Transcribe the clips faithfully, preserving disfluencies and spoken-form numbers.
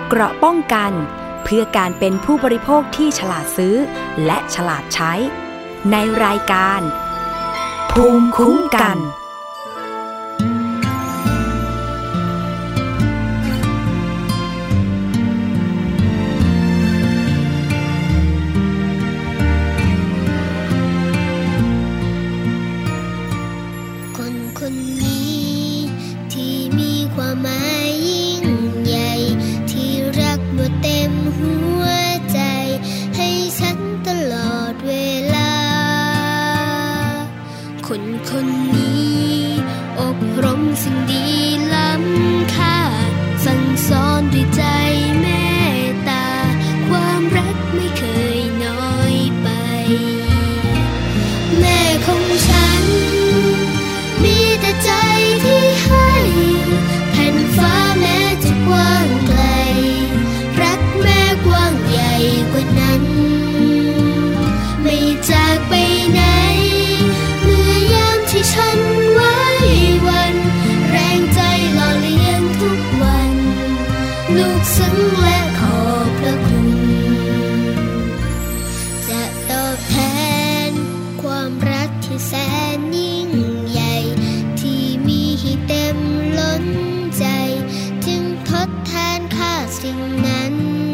เกราะป้องกันเพื่อการเป็นผู้บริโภคที่ฉลาดซื้อและฉลาดใช้ในรายการภูมิคุ้มกันคนคนนี้ที่มีความหมายยิ่งใหญ่ที่รักหมดเต็มหัวใจให้ฉันตลอดเวลาคนคนนี้อบรมสิ่งดีล้ำค่าสั่งสอนด้วยใจเมตตาความรักไม่เคยน้อยไปแม่ของฉันมีแต่ใจที่ให้แผ่นฟ้าแม้จะกว้างไกลรักแม่กว้างใหญ่กว่านั้นไม่จากไปไหนเมื่อยามที่ฉันไว้วันแรงใจหล่อเลี้ยงทุกวันลูกซึ้งและขอบพระคุณจะตอบแทนความรักที่แสนยิ่งใหญ่ที่มีให้เต็มล้นใจจึงทดแทนค่าสิ่งนั้น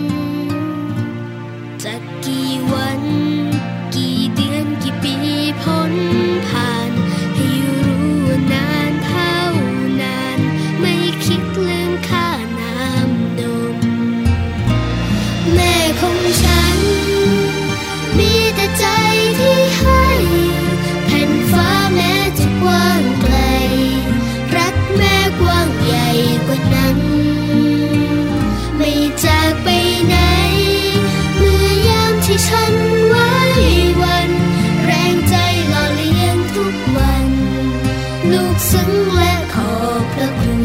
จากกี่วันกี่เดือนกี่ปีพ้นผ่านให้รู้ว่านานเท่านานไม่คิดลืมค่าน้ำนมแม่ของฉันมีแต่ใจที่ให้แผ่นฟ้าแม้จะกว้างไกลรักแม่กว้างใหญ่กว่านั้นไม่จากไปไหนเมื่อยามที่ฉันไว้วันแรงใจหล่อเลี้ยงทุกวันลูกซึ้งและขอบพระคุณ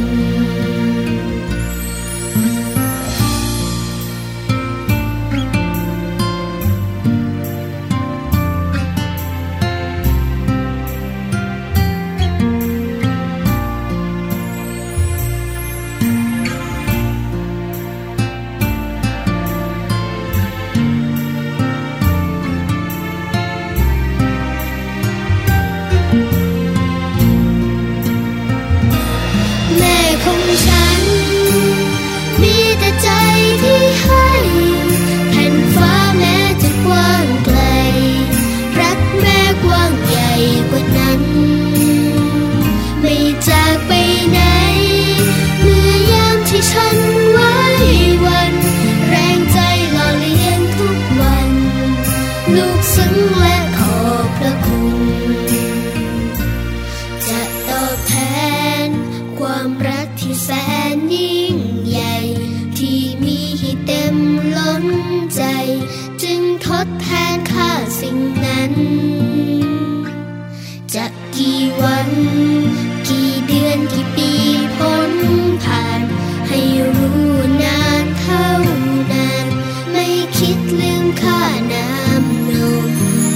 แม่ของฉันมีแต่ใจที่ให้แผ่นฟ้าแม้จะกว้างไกลรักแม่กว้างใหญ่กว่านั้นไม่จากไปไหนเมื่อยามที่ฉันไว้วันแรงใจหล่อเลี้ยงทุกวันลูกซึ้งและขอบพระคุณจะตอบแทนความรักที่แสนยิ่งใหญ่ที่มีให้เต็มล้นใจจึงทดแทนค่าสิ่งนั้นจะกี่วันกี่เดือนกี่ปีพ้นผ่านให้รู้นานเท่านานไม่คิดลืมค่าน้ำนม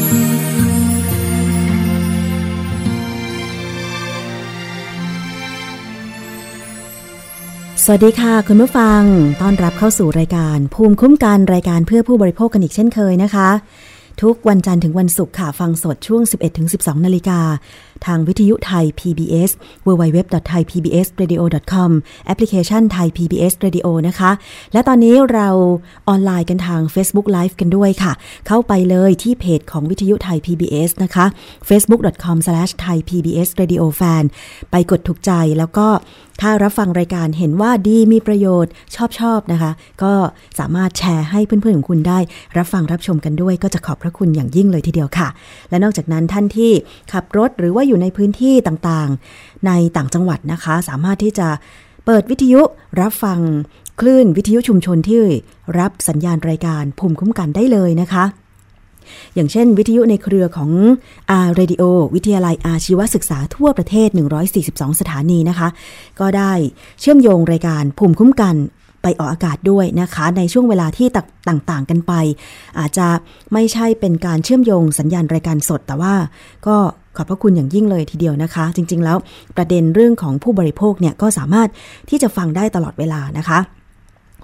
สวัสดีค่ะคุณผู้ฟังต้อนรับเข้าสู่รายการภูมิคุ้มกันรายการเพื่อผู้บริโภคกันอีกเช่นเคยนะคะทุกวันจันทร์ถึงวันศุกร์ค่ะฟังสดช่วง สิบเอ็ดถึงสิบสอง นาฬิกาทางวิทยุไทย พี บี เอส ดับเบิลยู ดับเบิลยู ดับเบิลยู ดอท ไทย พี บี เอส เรดิโอ ดอท คอม แอปพลิเคชัน Thai พี บี เอส Radio นะคะและตอนนี้เราออนไลน์กันทาง Facebook Live กันด้วยค่ะเข้าไปเลยที่เพจของวิทยุไทย พี บี เอส นะคะ เฟซบุ๊ก ดอท คอม สแลช ไทย พี บี เอส เรดิโอ แฟน ไปกดถูกใจแล้วก็ถ้ารับฟังรายการเห็นว่าดีมีประโยชน์ชอบชอบนะคะก็สามารถแชร์ให้เพื่อนๆของคุณได้รับฟังรับชมกันด้วยก็จะขอบพระคุณอย่างยิ่งเลยทีเดียวค่ะและนอกจากนั้นท่านที่ขับรถหรือว่าอยู่ในพื้นที่ต่างๆในต่างจังหวัดนะคะสามารถที่จะเปิดวิทยุรับฟังคลื่นวิทยุชุมชนที่รับสัญญาณรายการภูมิคุ้มกันได้เลยนะคะ อย่างเช่นวิทยุในเครือของ R Radio วิทยาลัยอาชีวศึกษาทั่วประเทศหนึ่งร้อยสี่สิบสองสถานีนะคะก็ได้เชื่อมโยงรายการภูมิคุ้มกันไปออกอากาศด้วยนะคะในช่วงเวลาที่ต่างๆกันไปอาจจะไม่ใช่เป็นการเชื่อมโยงสัญญาณรายการสดแต่ว่าก็ขอบพระคุณอย่างยิ่งเลยทีเดียวนะคะจริงๆแล้วประเด็นเรื่องของผู้บริโภคเนี่ยก็สามารถที่จะฟังได้ตลอดเวลานะคะ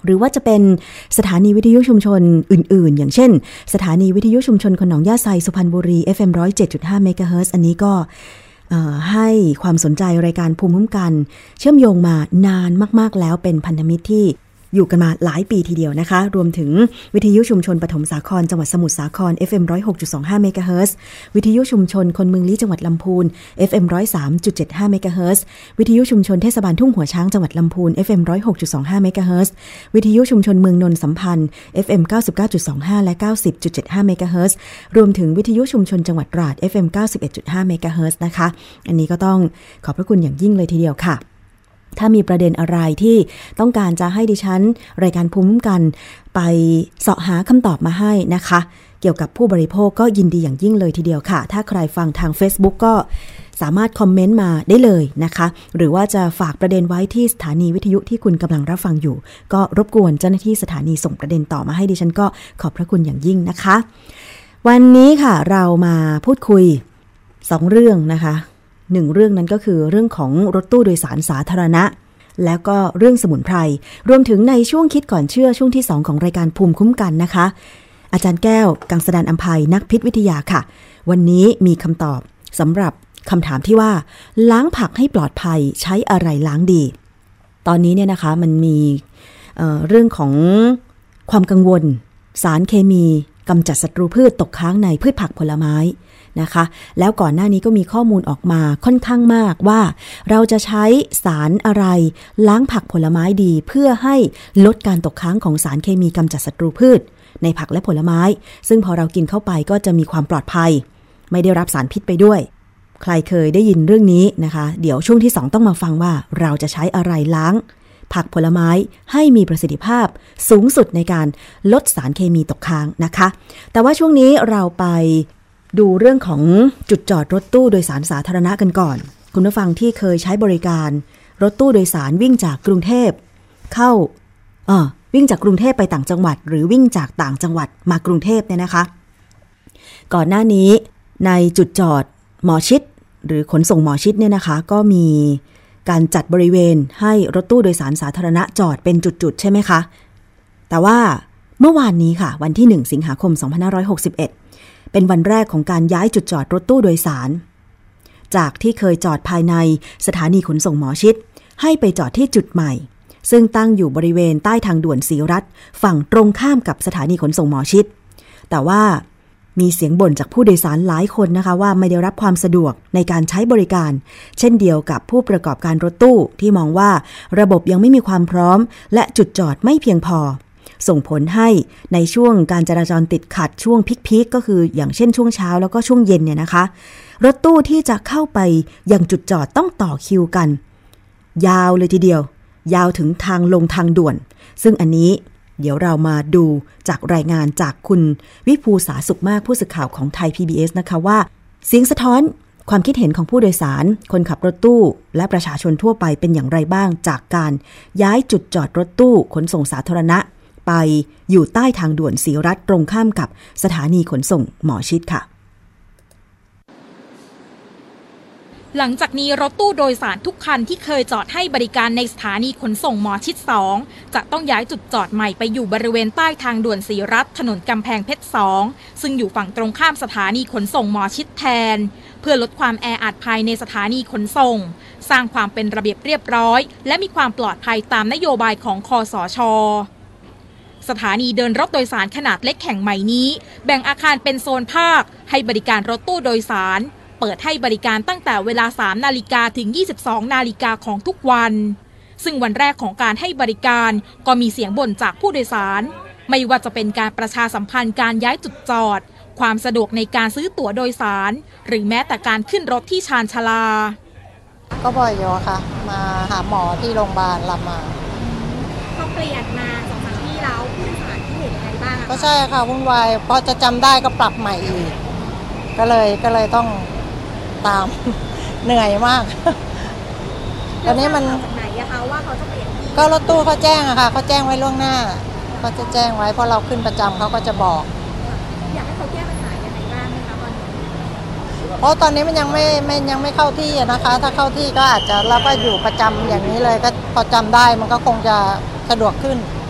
หรือว่าจะเป็นสถานีวิทยุชุมชนอื่นๆอย่างเช่นสถานีวิทยุชุมชนคนหนองย่าไซสุพรรณบุรี เอฟ เอ็ม หนึ่งศูนย์เจ็ดจุดห้า เมกะเฮิรตซ์อันนี้ก็ให้ความสนใจรายการภูมิคุ้มกันเชื่อมโยงมานานมากๆแล้วเป็นพันธมิตรที่อยู่กันมาหลายปีทีเดียวนะคะรวมถึงวิทยุชุมชนปฐมสาครจังหวัดสมุทรสาคร เอฟ เอ็ม หนึ่งศูนย์หกจุดสองห้า เมกะเฮิรตซ์วิทยุชุมชนคนเมืองลี้จังหวัดลำพูน เอฟ เอ็ม หนึ่งศูนย์สามจุดเจ็ดห้า เมกะเฮิรตซ์วิทยุชุมชนเทศบาลทุ่งหัวช้างจังหวัดลำพูน เอฟ เอ็ม หนึ่งศูนย์หกจุดสองห้า เมกะเฮิรตซ์วิทยุชุมชนเมืองนนท์สัมพันธ์ เอฟ เอ็ม เก้าสิบเก้าจุดสองห้า และ เก้าสิบจุดเจ็ดห้า เมกะเฮิรตซ์รวมถึงวิทยุชุมชนจังหวัดตราด เอฟ เอ็ม เก้าสิบเอ็ดจุดห้า เมกะเฮิรตซ์นะคะอันนี้ก็ต้องขอบพระคุณอย่างยิ่งเลยทีเดียวค่ะถ้ามีประเด็นอะไรที่ต้องการจะให้ดิฉันรายการภูมิคุ้มกันไปเสาะหาคำตอบมาให้นะคะเกี่ยวกับผู้บริโภคก็ยินดีอย่างยิ่งเลยทีเดียวค่ะถ้าใครฟังทาง Facebook ก็สามารถคอมเมนต์มาได้เลยนะคะหรือว่าจะฝากประเด็นไว้ที่สถานีวิทยุที่คุณกำลังรับฟังอยู่ก็รบกวนเจ้าหน้าที่สถานีส่งประเด็นต่อมาให้ดิฉันก็ขอบพระคุณอย่างยิ่งนะคะวันนี้ค่ะเรามาพูดคุยสองเรื่องนะคะหนึ่งเรื่องนั้นก็คือเรื่องของรถตู้โดยสารสาธารณะแล้วก็เรื่องสมุนไพรรวมถึงในช่วงคิดก่อนเชื่อช่วงที่สองของรายการภูมิคุ้มกันนะคะอาจารย์แก้วกังสดาลอำไพนักพิษวิทยาค่ะวันนี้มีคำตอบสำหรับคำถามที่ว่าล้างผักให้ปลอดภัยใช้อะไรล้างดีตอนนี้เนี่ยนะคะมันมี เอ่อ เรื่องของความกังวลสารเคมีกำจัดศัตรูพืชตกค้างในพืชผักผลไม้นะคะแล้วก่อนหน้านี้ก็มีข้อมูลออกมาค่อนข้างมากว่าเราจะใช้สารอะไรล้างผักผลไม้ดีเพื่อให้ลดการตกค้างของสารเคมีกำจัดศัตรูพืชในผักและผลไม้ซึ่งพอเรากินเข้าไปก็จะมีความปลอดภัยไม่ได้รับสารพิษไปด้วยใครเคยได้ยินเรื่องนี้นะคะเดี๋ยวช่วงที่สองต้องมาฟังว่าเราจะใช้อะไรล้างผักผลไม้ให้มีประสิทธิภาพสูงสุดในการลดสารเคมีตกค้างนะคะแต่ว่าช่วงนี้เราไปดูเรื่องของจุดจอดรถตู้โดยสารสาธารณะกันก่อนคุณผู้ฟังที่เคยใช้บริการรถตู้โดยสารวิ่งจากกรุงเทพเข้าเอ่อวิ่งจากกรุงเทพไปต่างจังหวัดหรือวิ่งจากต่างจังหวัดมากรุงเทพเนี่ยนะคะก่อนหน้านี้ในจุดจอดหมอชิดหรือขนส่งหมอชิดเนี่ยนะคะก็มีการจัดบริเวณให้รถตู้โดยสารสาธารณะจอดเป็นจุดๆใช่ไหมคะแต่ว่าเมื่อวานนี้ค่ะวันที่หนึ่งสิงหาคมสองพันห้าร้อยหกสิบเอ็ดเป็นวันแรกของการย้ายจุดจอดรถตู้โดยสารจากที่เคยจอดภายในสถานีขนส่งหมอชิดให้ไปจอดที่จุดใหม่ซึ่งตั้งอยู่บริเวณใต้ทางด่วนศรีรัตน์ฝั่งตรงข้ามกับสถานีขนส่งหมอชิดแต่ว่ามีเสียงบ่นจากผู้โดยสารหลายคนนะคะว่าไม่ได้รับความสะดวกในการใช้บริการเช่นเดียวกับผู้ประกอบการรถตู้ที่มองว่าระบบยังไม่มีความพร้อมและจุดจอดไม่เพียงพอส่งผลให้ในช่วงการจราจรติดขัดช่วงพีคๆก็คืออย่างเช่นช่วงเช้าแล้วก็ช่วงเย็นเนี่ยนะคะรถตู้ที่จะเข้าไปยังจุดจอดต้องต่อคิวกันยาวเลยทีเดียวยาวถึงทางลงทางด่วนซึ่งอันนี้เดี๋ยวเรามาดูจากรายงานจากคุณวิภูษาสุขมากผู้สื่อข่าวของไทย พี บี เอส นะคะว่าเสียงสะท้อนความคิดเห็นของผู้โดยสารคนขับรถตู้และประชาชนทั่วไปเป็นอย่างไรบ้างจากการย้ายจุดจอดรถตู้ขนส่งสาธารณะไปอยู่ใต้ทางด่วนศรีรัตน์ตรงข้ามกับสถานีขนส่งหมอชิดค่ะหลังจากนี้รถตู้โดยสารทุกคันที่เคยจอดให้บริการในสถานีขนส่งหมอชิดสองจะต้องย้ายจุดจอดใหม่ไปอยู่บริเวณใต้ทางด่วนศรีรัตน์ถนนกำแพงเพชรสองซึ่งอยู่ฝั่งตรงข้ามสถานีขนส่งหมอชิดแทนเพื่อลดความแออัดภายในสถานีขนส่งสร้างความเป็นระเบียบเรียบร้อยและมีความปลอดภัยตามนโยบายของคสช.สถานีเดินรถโดยสารขนาดเล็กแห่งใหม่นี้แบ่งอาคารเป็นโซนภาคให้บริการรถตู้โดยสารเปิดให้บริการตั้งแต่เวลา สามนาฬิกา ถึง ยี่สิบสองนาฬิกาของทุกวันซึ่งวันแรกของการให้บริการก็มีเสียงบ่นจากผู้โดยสารไม่ว่าจะเป็นการประชาสัมพันธ์การย้ายจุดจอดความสะดวกในการซื้อตั๋วโดยสารหรือแม้แต่การขึ้นรถที่ชานชาลาก็บ่อยอยู่ค่ะมาหาหมอที่โรงพยาบาลรับมาเขาเปลี่ยนมาสองสามที่แล้วผู้โดยสารที่เห็นอะไรบ้างก็ใช่ค่ะวุ่นวายพอจะจำได้ก็ปรับใหม่อีกก็เลยก็เลยต้องตามเหนื่อยมากตอนนี้มันไหนอะคะว่าเขาจะเปลี่ยนก็รถตู้เขาแจ้งอะค่ะเขาแจ้งไว้ล่วงหน้าเขาจะแจ้งไว้เพราะเราขึ้นประจำเขาก็จะบอกอยากให้เขาแก้ปัญหายังไงบ้างไหมคะตอนนี้เพราะตอนนี้มันยังไม่ไม่ยังไม่เข้าที่นะคะถ้าเข้าที่ก็อาจจะเราก็อยู่ประจำอย่างนี้เลยก็พอจำได้มันก็คงจะสะดวกขึ้น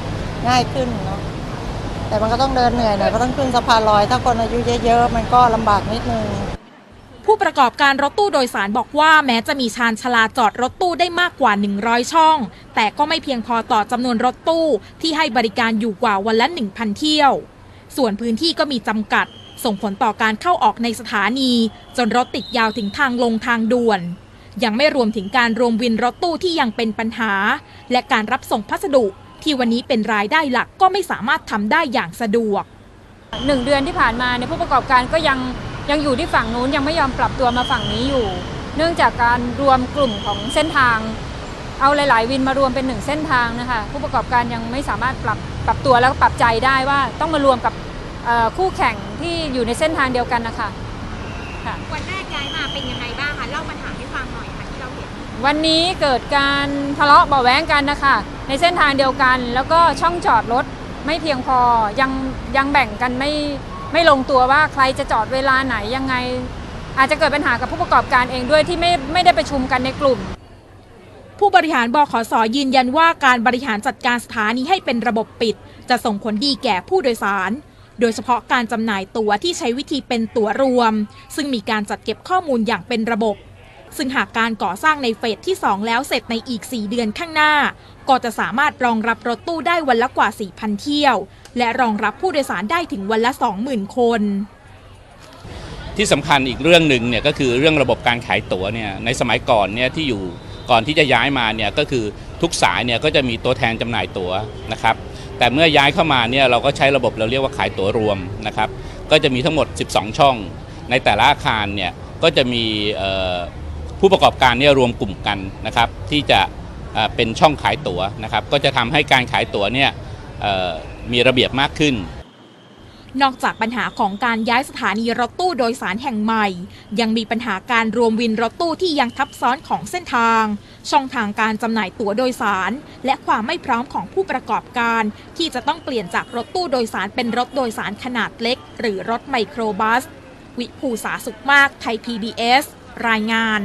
ง่ายขึ้นเนาะแต่มันก็ต้องเดินเหนื่อยหน่อยก็ต้องขึ้นสะพานลอยถ้าคนอายุเยอะๆมันก็ลำบากนิดนึงผู้ประกอบการรถตู้โดยสารบอกว่าแม้จะมีชานชาลาจอดรถตู้ได้มากกว่าหนึ่งร้อยช่องแต่ก็ไม่เพียงพอต่อจำนวนรถตู้ที่ให้บริการอยู่กว่าวันละ หนึ่งพัน เที่ยวส่วนพื้นที่ก็มีจำกัดส่งผลต่อการเข้าออกในสถานีจนรถติดยาวถึงทางลงทางด่วนยังไม่รวมถึงการรวมวินรถตู้ที่ยังเป็นปัญหาและการรับส่งพัสดุที่วันนี้เป็นรายได้หลักก็ไม่สามารถทำได้อย่างสะดวกหนึ่งเดือนที่ผ่านมาเนี่ยผู้ประกอบการก็ยังยังอยู่ที่ฝั่งนู้นยังไม่ยอมปรับตัวมาฝั่งนี้อยู่เนื่องจากการรวมกลุ่มของเส้นทางเอาหลายๆวินมารวมเป็นหนึ่งเส้นทางนะคะผู้ประกอบการยังไม่สามารถปรับปรับตัวแล้วปรับใจได้ว่าต้องมารวมกับคู่แข่งที่อยู่ในเส้นทางเดียวกันนะคะวันแรกย้ายมาเป็นยังไงบ้างคะเล่าปัญหาให้ฟังหน่อยค่ะที่เราเห็นวันนี้เกิดการทะเลาะเบาะแว้งกันนะคะในเส้นทางเดียวกันแล้วก็ช่องจอดรถไม่เพียงพอยังยังแบ่งกันไม่ไม่ลงตัวว่าใครจะจอดเวลาไหนยังไงอาจจะเกิดปัญหากับผู้ประกอบการเองด้วยที่ไม่ไม่ได้ประชุมกันในกลุ่มผู้บริหารบขส.ยืนยันว่าการบริหารจัดการสถานีให้เป็นระบบปิดจะส่งผลดีแก่ผู้โดยสารโดยเฉพาะการจำหน่ายตั๋วที่ใช้วิธีเป็นตั๋วรวมซึ่งมีการจัดเก็บข้อมูลอย่างเป็นระบบซึ่งหากการก่อสร้างในเฟสที่สองแล้วเสร็จในอีกสี่เดือนข้างหน้าก็จะสามารถรองรับรถตู้ได้วันละกว่า สี่พัน เที่ยวและรองรับผู้โดยสารได้ถึงวันละ สองหมื่น คนที่สำคัญอีกเรื่องหนึ่งเนี่ยก็คือเรื่องระบบการขายตั๋วเนี่ยในสมัยก่อนเนี่ยที่อยู่ก่อนที่จะย้ายมาเนี่ยก็คือทุกสายเนี่ยก็จะมีตัวแทนจำหน่ายตั๋วนะครับแต่เมื่อย้ายเข้ามาเนี่ยเราก็ใช้ระบบเราเรียกว่าขายตั๋วรวมนะครับก็จะมีทั้งหมดสิบสองช่องในแต่ละอาคารเนี่ยก็จะมีผู้ประกอบการเนี่ยรวมกลุ่มกันนะครับที่จะเป็นช่องขายตั๋วนะครับก็จะทำให้การขายตั๋วเนี่ยมีระเบียบมากขึ้นนอกจากปัญหาของการย้ายสถานีรถตู้โดยสารแห่งใหม่ยังมีปัญหาการรวมวินรถตู้ที่ยังทับซ้อนของเส้นทางช่องทางการจำหน่ายตั๋วโดยสารและความไม่พร้อมของผู้ประกอบการที่จะต้องเปลี่ยนจากรถตู้โดยสารเป็นรถโดยสารขนาดเล็กหรือรถไมโครบัสวิภูษาสุขมากไทย พี บี เอส รายงาน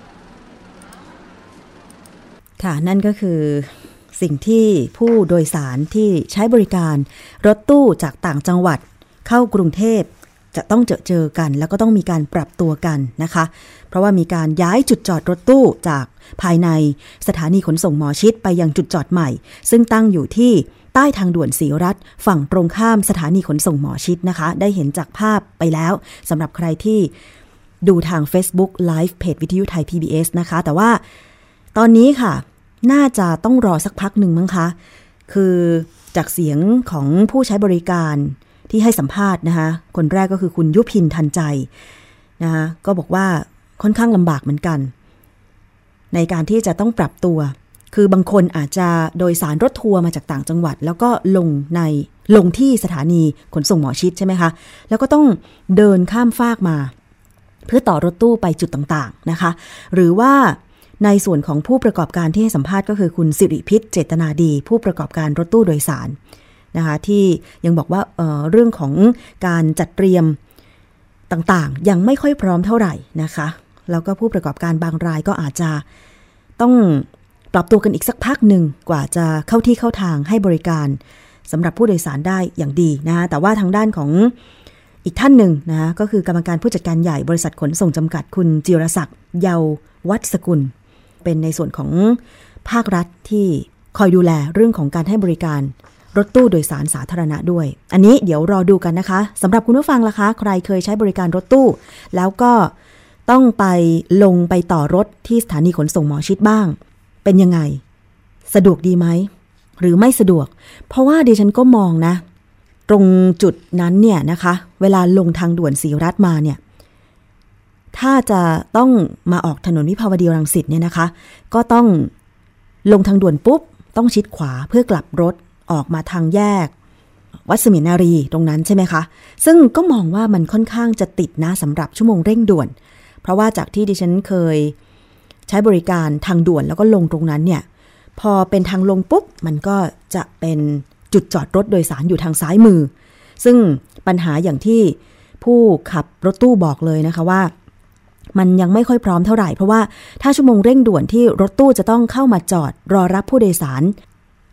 ค่ะนั่นก็คือสิ่งที่ผู้โดยสารที่ใช้บริการรถตู้จากต่างจังหวัดเข้ากรุงเทพจะต้องเจอเจอกันแล้วก็ต้องมีการปรับตัวกันนะคะเพราะว่ามีการย้ายจุดจอดรถตู้จากภายในสถานีขนส่งหมอชิตไปยังจุดจอดใหม่ซึ่งตั้งอยู่ที่ใต้ทางด่วนศรีรัตน์ฝั่งตรงข้ามสถานีขนส่งหมอชิตนะคะได้เห็นจากภาพไปแล้วสำหรับใครที่ดูทาง Facebook Live เพจวิทยุไทย พี บี เอส นะคะแต่ว่าตอนนี้ค่ะน่าจะต้องรอสักพักหนึ่งมั้งคะคือจากเสียงของผู้ใช้บริการที่ให้สัมภาษณ์นะคะคนแรกก็คือคุณยุพินทันใจนะคะก็บอกว่าค่อนข้างลำบากเหมือนกันในการที่จะต้องปรับตัวคือบางคนอาจจะโดยสารรถทัวร์มาจากต่างจังหวัดแล้วก็ลงในลงที่สถานีขนส่งหมอชิตใช่ไหมคะแล้วก็ต้องเดินข้ามฟากมาเพื่อต่อรถตู้ไปจุดต่างๆนะคะหรือว่าในส่วนของผู้ประกอบการที่ให้สัมภาษณ์ก็คือคุณสิริพิษเจตนาดีผู้ประกอบการรถตู้โดยสารนะคะที่ยังบอกว่าเอ่อเรื่องของการจัดเตรียมต่างๆยังไม่ค่อยพร้อมเท่าไหร่นะคะแล้วก็ผู้ประกอบการบางรายก็อาจจะต้องปรับตัวกันอีกสักพักหนึ่งกว่าจะเข้าที่เข้าทางให้บริการสำหรับผู้โดยสารได้อย่างดีนะคะแต่ว่าทางด้านของอีกท่านหนึ่งนะคะก็คือกรรมการผู้จัดการใหญ่บริษัทขนส่งจำกัดคุณจิรศักดิ์เยาวัฒสกุลเป็นในส่วนของภาครัฐที่คอยดูแลเรื่องของการให้บริการรถตู้โดยสารสาธารณะด้วยอันนี้เดี๋ยวรอดูกันนะคะสำหรับคุณผู้ฟังล่ะคะใครเคยใช้บริการรถตู้แล้วก็ต้องไปลงไปต่อรถที่สถานีขนส่งหมอชิตบ้างเป็นยังไงสะดวกดีไหมหรือไม่สะดวกเพราะว่าดิฉันก็มองนะตรงจุดนั้นเนี่ยนะคะเวลาลงทางด่วนศรีรัตน์มาเนี่ยถ้าจะต้องมาออกถนนวิภาวดีรังสิตเนี่ยนะคะก็ต้องลงทางด่วนปุ๊บต้องชิดขวาเพื่อกลับรถออกมาทางแยกวัดเสมียนนารีตรงนั้นใช่ไหมคะซึ่งก็มองว่ามันค่อนข้างจะติดนะสำหรับชั่วโมงเร่งด่วนเพราะว่าจากที่ดิฉันเคยใช้บริการทางด่วนแล้วก็ลงตรงนั้นเนี่ยพอเป็นทางลงปุ๊บมันก็จะเป็นจุดจอดรถโดยสารอยู่ทางซ้ายมือซึ่งปัญหาอย่างที่ผู้ขับรถตู้บอกเลยนะคะว่ามันยังไม่ค่อยพร้อมเท่าไหร่เพราะว่าถ้าชั่วโมงเร่งด่วนที่รถตู้จะต้องเข้ามาจอดรอรับผู้โดยสาร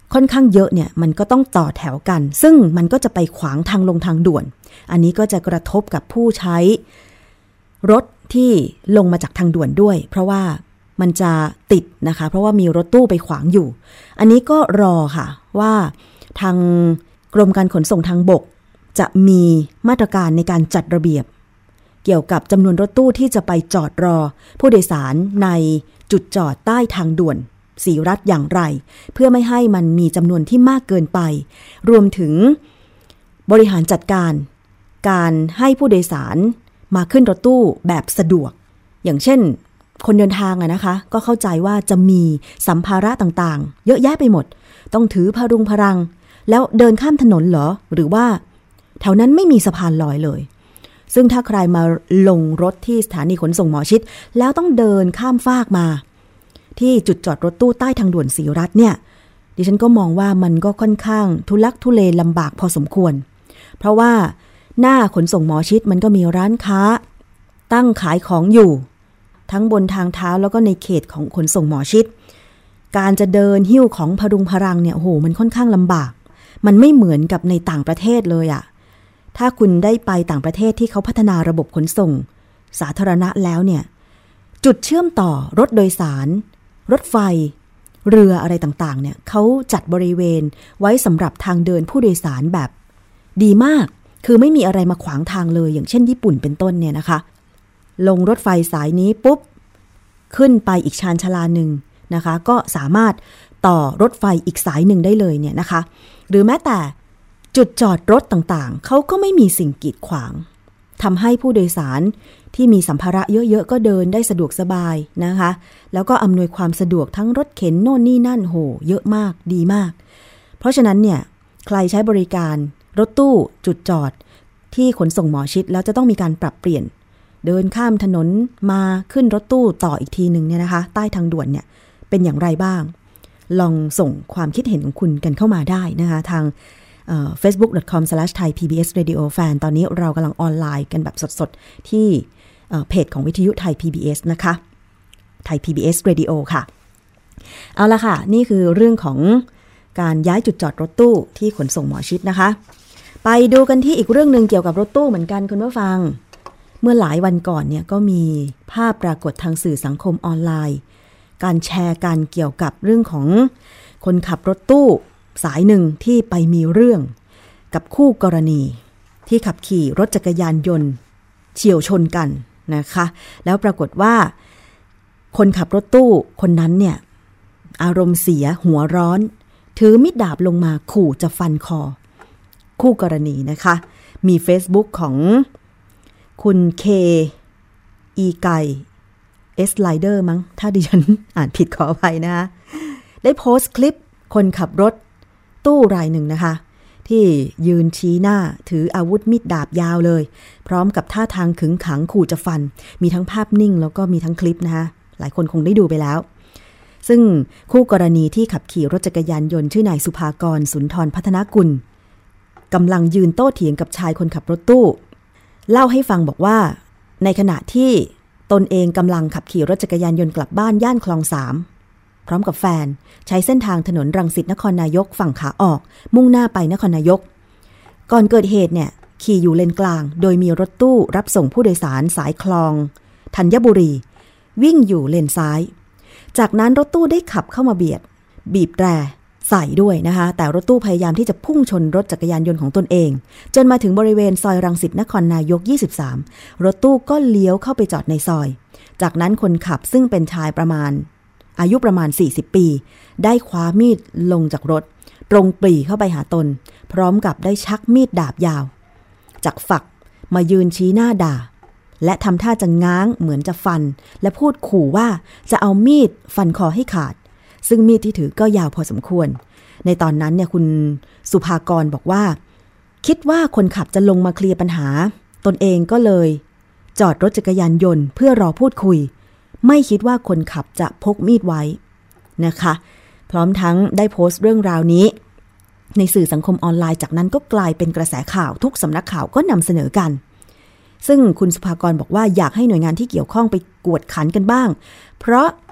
ค่อนข้างเยอะเนี่ยมันก็ต้องต่อแถวกันซึ่งมันก็จะไปขวางทางลงทางด่วนอันนี้ก็จะกระทบกับผู้ใช้รถที่ลงมาจากทางด่วนด้วยเพราะว่ามันจะติดนะคะเพราะว่ามีรถตู้ไปขวางอยู่อันนี้ก็รอค่ะว่าทางกรมการขนส่งทางบกจะมีมาตรการในการจัดระเบียบเกี่ยวกับจำนวนรถตู้ที่จะไปจอดรอผู้โดยสารในจุดจอดใต้ทางด่วนศรีรัตน์อย่างไรเพื่อไม่ให้มันมีจำนวนที่มากเกินไปรวมถึงบริหารจัดการการให้ผู้โดยสารมาขึ้นรถตู้แบบสะดวกอย่างเช่นคนเดินทางอะนะคะก็เข้าใจว่าจะมีสัมภาระต่างๆเยอะแยะไปหมดต้องถือพรุงพรังแล้วเดินข้ามถนนเหรอหรือว่าแถวนั้นไม่มีสะพานลอยเลยซึ่งถ้าใครมาลงรถที่สถานีขนส่งหมอชิตแล้วต้องเดินข้ามฟากมาที่จุดจอดรถตู้ใต้ทางด่วนศรีรัตน์เนี่ยดิฉันก็มองว่ามันก็ค่อนข้างทุลักทุเลลำบากพอสมควรเพราะว่าหน้าขนส่งหมอชิตมันก็มีร้านค้าตั้งขายของอยู่ทั้งบนทางเท้าแล้วก็ในเขตของขนส่งหมอชิตการจะเดินหิ้วของพรุงพรังเนี่ยโอ้โหมันค่อนข้างลำบากมันไม่เหมือนกับในต่างประเทศเลยอะถ้าคุณได้ไปต่างประเทศที่เขาพัฒนาระบบขนส่งสาธารณะแล้วเนี่ยจุดเชื่อมต่อรถโดยสารรถไฟเรืออะไรต่างๆเนี่ยเขาจัดบริเวณไว้สำหรับทางเดินผู้โดยสารแบบดีมากคือไม่มีอะไรมาขวางทางเลยอย่างเช่นญี่ปุ่นเป็นต้นเนี่ยนะคะลงรถไฟสายนี้ปุ๊บขึ้นไปอีกชานชาลาหนึ่งนะคะก็สามารถต่อรถไฟอีกสายหนึ่งได้เลยเนี่ยนะคะหรือแม้แต่จุดจอดรถต่างๆเขาก็ไม่มีสิ่งกีดขวางทำให้ผู้โดยสารที่มีสัมภาระเยอะๆก็เดินได้สะดวกสบายนะคะแล้วก็อำนวยความสะดวกทั้งรถเข็นโน่นนี่นั่นโหเยอะมากดีมากเพราะฉะนั้นเนี่ยใครใช้บริการรถตู้จุดจอดที่ขนส่งหมอชิตแล้วจะต้องมีการปรับเปลี่ยนเดินข้ามถนนมาขึ้นรถตู้ต่ออีกทีหนึ่งเนี่ยนะคะใต้ทางด่วนเนี่ยเป็นอย่างไรบ้างลองส่งความคิดเห็นของคุณกันเข้ามาได้นะคะทาง เฟซบุ๊ก ดอท คอม สแลช ไทย พี บี เอส เรดิโอ แฟน ตอนนี้เรากำลังออนไลน์กันแบบสดๆที่เพจของวิทยุไทย พี บี เอส นะคะไทย พี บี เอส Radio ค่ะเอาละค่ะนี่คือเรื่องของการย้ายจุดจอดรถตู้ที่ขนส่งหมอชิตนะคะไปดูกันที่อีกเรื่องนึงเกี่ยวกับรถตู้เหมือนกันคุณผู้ฟังเมื่อหลายวันก่อนเนี่ยก็มีภาพปรากฏทางสื่อสังคมออนไลน์การแชร์กันเกี่ยวกับเรื่องของคนขับรถตู้สายหนึ่งที่ไปมีเรื่องกับคู่กรณีที่ขับขี่รถจักรยานยนต์เฉี่ยวชนกันนะคะแล้วปรากฏว่าคนขับรถตู้คนนั้นเนี่ยอารมณ์เสียหัวร้อนถือมิดดาบลงมาขู่จะฟันคอคู่กรณีนะคะมี Facebook ของคุณเคอีไก่เอสไลเดอร์มั้งถ้าดิฉันอ่านผิดขออภัยนะคะได้โพสต์คลิปคนขับรถตู้รายหนึ่งนะคะที่ยืนชี้หน้าถืออาวุธมีดดาบยาวเลยพร้อมกับท่าทางขึงขังขู่จะฟันมีทั้งภาพนิ่งแล้วก็มีทั้งคลิปนะคะหลายคนคงได้ดูไปแล้วซึ่งคู่กรณีที่ขับขี่รถจักรยานยนต์ชื่อนายสุภากรสุนทรพัฒนกุลกำลังยืนโต้เถียงกับชายคนขับรถตู้เล่าให้ฟังบอกว่าในขณะที่ตนเองกำลังขับขี่รถจักรยานยนต์กลับบ้านย่านคลองสามพร้อมกับแฟนใช้เส้นทางถนนรังสิตนครนายกฝั่งขาออกมุ่งหน้าไปนครนายกก่อนเกิดเหตุเนี่ยขี่อยู่เลนกลางโดยมีรถตู้รับส่งผู้โดยสารสายคลองธัญบุรีวิ่งอยู่เลนซ้ายจากนั้นรถตู้ได้ขับเข้ามาเบียดบีบแตรใส่ด้วยนะคะแต่รถตู้พยายามที่จะพุ่งชนรถจักรยานยนต์ของตนเองจนมาถึงบริเวณซอยรังสิตนครนายกยี่สิบสามรถตู้ก็เลี้ยวเข้าไปจอดในซอยจากนั้นคนขับซึ่งเป็นชายประมาณอายุประมาณสี่สิบปีได้คว้ามีดลงจากรถตรงปรีเข้าไปหาตนพร้อมกับได้ชักมีดดาบยาวจากฝักมายืนชี้หน้าด่าและทำท่าจะง้างเหมือนจะฟันและพูดขู่ว่าจะเอามีดฟันคอให้ขาดซึ่งมีดที่ถือก็ยาวพอสมควรในตอนนั้นเนี่ยคุณสุภากรบอกว่าคิดว่าคนขับจะลงมาเคลียร์ปัญหาตนเองก็เลยจอดรถจักรยานยนต์เพื่อรอพูดคุยไม่คิดว่าคนขับจะพกมีดไว้นะคะพร้อมทั้งได้โพสต์เรื่องราวนี้ในสื่อสังคมออนไลน์จากนั้นก็กลายเป็นกระแสข่าวทุกสำนักข่าวก็นำเสนอกันซึ่งคุณสุภากรบอกว่าอยากให้หน่วยงานที่เกี่ยวข้องไปกวดขันกันบ้างเพราะ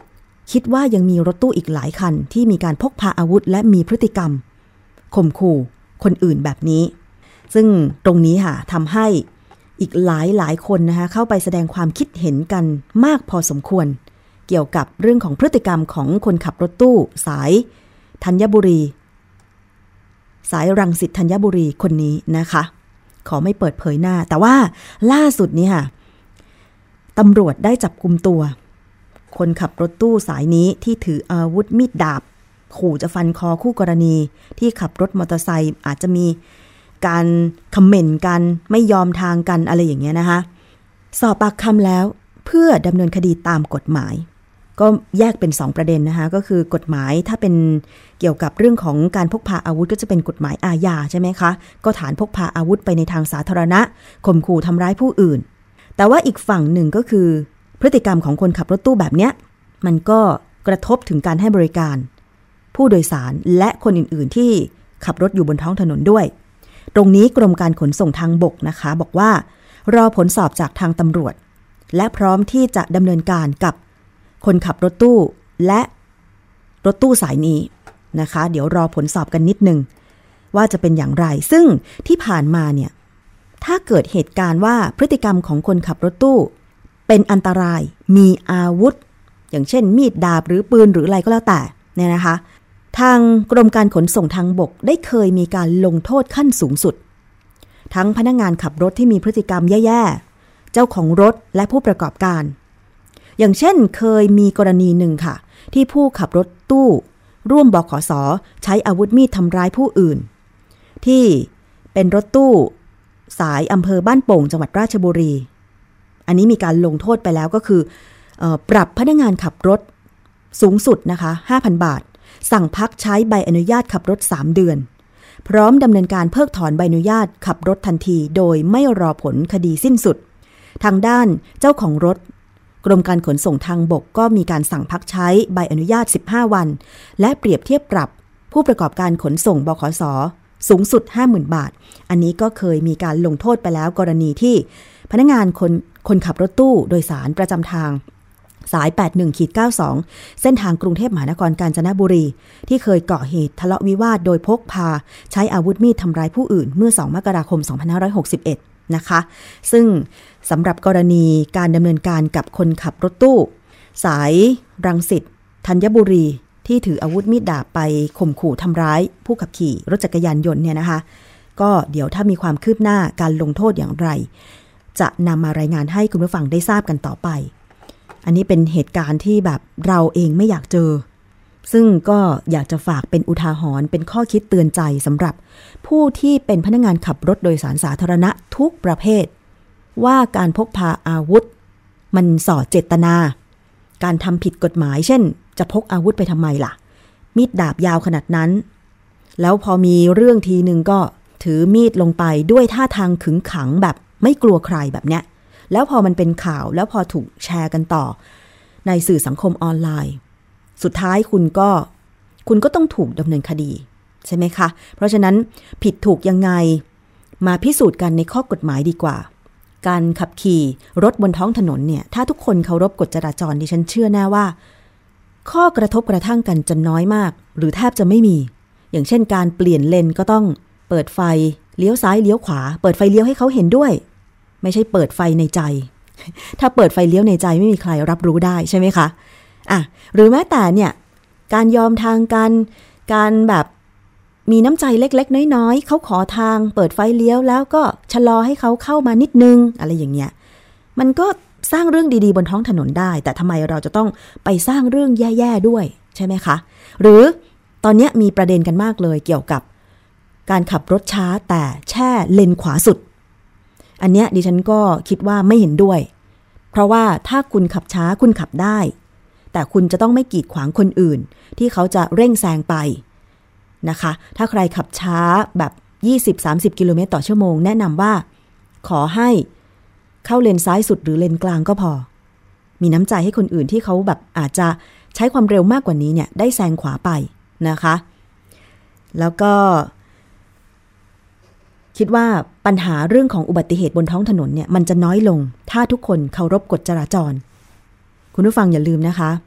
คิดว่ายังมีรถตู้อีกหลายคันที่มีการพกพาอาวุธและมีพฤติกรรมข่มขู่คนอื่นแบบนี้ซึ่งตรงนี้ค่ะทำให้อีกหลายหลายคนนะคะเข้าไปแสดงความคิดเห็นกันมากพอสมควรเกี่ยวกับเรื่องของพฤติกรรมของคนขับรถตู้สายธัญบุรีสายรังสิตธัญบุรีคนนี้นะคะขอไม่เปิดเผยหน้าแต่ว่าล่าสุดนี้ค่ะตำรวจได้จับกุมตัวคนขับรถตู้สายนี้ที่ถืออาวุธมีดดาบขู่จะฟันคอคู่กรณีที่ขับรถมอเตอร์ไซค์อาจจะมีการคอมเมนต์กันไม่ยอมทางกันอะไรอย่างเงี้ยนะคะสอบปากคำแล้วเพื่อดำเนินคดีตามกฎหมายก็แยกเป็นสองประเด็นนะคะก็คือกฎหมายถ้าเป็นเกี่ยวกับเรื่องของการพกพาอาวุธก็จะเป็นกฎหมายอาญาใช่ไหมคะก็ฐานพกพาอาวุธไปในทางสาธารณะข่มขู่ทำร้ายผู้อื่นแต่ว่าอีกฝั่งหนึ่งก็คือพฤติกรรมของคนขับรถตู้แบบเนี้ยมันก็กระทบถึงการให้บริการผู้โดยสารและคนอื่นๆที่ขับรถอยู่บนท้องถนนด้วยตรงนี้กรมการขนส่งทางบกนะคะบอกว่ารอผลสอบจากทางตำรวจและพร้อมที่จะดำเนินการกับคนขับรถตู้และรถตู้สายนี้นะคะเดี๋ยวรอผลสอบกันนิดนึงว่าจะเป็นอย่างไรซึ่งที่ผ่านมาเนี่ยถ้าเกิดเหตุการณ์ว่าพฤติกรรมของคนขับรถตู้เป็นอันตรายมีอาวุธอย่างเช่นมีดดาบหรือปืนหรืออะไรก็แล้วแต่เนี่ยนะคะทางกรมการขนส่งทางบกได้เคยมีการลงโทษขั้นสูงสุดทั้งพนักงานขับรถที่มีพฤติกรรมแย่ๆเจ้าของรถและผู้ประกอบการอย่างเช่นเคยมีกรณีหนึ่งค่ะที่ผู้ขับรถตู้ร่วมบขส.ใช้อาวุธมีดทำร้ายผู้อื่นที่เป็นรถตู้สายอำเภอบ้านโป่งจังหวัดราชบุรีอันนี้มีการลงโทษไปแล้วก็คือเอ่อปรับพนักงานขับรถสูงสุดนะคะ ห้าพัน บาทสั่งพักใช้ใบอนุญาตขับรถสามเดือนพร้อมดำเนินการเพิกถอนใบอนุญาตขับรถทันทีโดยไม่รอผลคดีสิ้นสุดทางด้านเจ้าของรถกรมการขนส่งทางบกก็มีการสั่งพักใช้ใบอนุญาตสิบห้าวันและเปรียบเทียบปรับผู้ประกอบการขนส่งบขส.สูงสุด ห้าหมื่น บาทอันนี้ก็เคยมีการลงโทษไปแล้วกรณีที่พนักงานคนคนขับรถตู้โดยสารประจำทางสาย แปดหนึ่งเก้าสอง เส้นทางกรุงเทพมหานครกาญจนบุรีที่เคยก่อเหตุทะเลาะวิวาทโดยพกพาใช้อาวุธมีดทำร้ายผู้อื่นเมื่อสองมกราคมสองพันห้าร้อยหกสิบเอ็ดนะคะซึ่งสำหรับกรณีการดำเนินการกับคนขับรถตู้สายรังสิตธัญบุรีที่ถืออาวุธมีดดาบไปข่มขู่ทำร้ายผู้ขับขี่รถจักรยานยนต์เนี่ยนะคะก็เดี๋ยวถ้ามีความคืบหน้าการลงโทษอย่างไรจะนำมารายงานให้คุณผู้ฟังได้ทราบกันต่อไปอันนี้เป็นเหตุการณ์ที่แบบเราเองไม่อยากเจอซึ่งก็อยากจะฝากเป็นอุทาหรณ์เป็นข้อคิดเตือนใจสำหรับผู้ที่เป็นพนักงานขับรถโดยสารสาธารณะทุกประเภทว่าการพกพาอาวุธมันส่อเจตนาการทำผิดกฎหมายเช่นจะพกอาวุธไปทำไมล่ะมีดดาบยาวขนาดนั้นแล้วพอมีเรื่องทีนึงก็ถือมีดลงไปด้วยท่าทางขึงขังแบบไม่กลัวใครแบบเนี้ยแล้วพอมันเป็นข่าวแล้วพอถูกแชร์กันต่อในสื่อสังคมออนไลน์สุดท้ายคุณก็คุณก็ต้องถูกดำเนินคดีใช่ไหมคะเพราะฉะนั้นผิดถูกยังไงมาพิสูจน์กันในข้อกฎหมายดีกว่าการขับขี่รถบนท้องถนนเนี่ยถ้าทุกคนเคารพกฎจราจรดิฉันเชื่อแน่ว่าข้อกระทบกระทั่งกันจะน้อยมากหรือแทบจะไม่มีอย่างเช่นการเปลี่ยนเลนก็ต้องเปิดไฟเลี้ยวซ้ายเลี้ยวขวาเปิดไฟเลี้ยวให้เขาเห็นด้วยไม่ใช่เปิดไฟในใจถ้าเปิดไฟเลี้ยวในใจไม่มีใครรับรู้ได้ใช่ไหมคะอ่ะหรือแม้แต่เนี่ยการยอมทางกันการแบบมีน้ำใจเล็กๆน้อยๆเขาขอทางเปิดไฟเลี้ยวแล้วก็ชะลอให้เขาเข้ามานิดนึงอะไรอย่างเงี้ยมันก็สร้างเรื่องดีๆบนท้องถนนได้แต่ทำไมเราจะต้องไปสร้างเรื่องแย่ๆด้วยใช่ไหมคะหรือตอนนี้มีประเด็นกันมากเลยเกี่ยวกับการขับรถช้าแต่แช่เลนขวาสุดอันเนี้ยดิฉันก็คิดว่าไม่เห็นด้วยเพราะว่าถ้าคุณขับช้าคุณขับได้แต่คุณจะต้องไม่กีดขวางคนอื่นที่เขาจะเร่งแซงไปนะคะถ้าใครขับช้าแบบ ยี่สิบถึงสามสิบ กิโลเมตรต่อชั่วโมงแนะนำว่าขอให้เข้าเลนซ้ายสุดหรือเลนกลางก็พอมีน้ำใจให้คนอื่นที่เขาแบบอาจจะใช้ความเร็วมากกว่านี้เนี่ยได้แซงขวาไปนะคะแล้วก็คิดว่าปัญหาเรื่องของอุบัติเหตุบนท้องถนนเนี่ยมันจะน้อยลงถ้าทุกคนเคารพกฎจราจรคุณผู้ฟังอย่าลืมนะคะ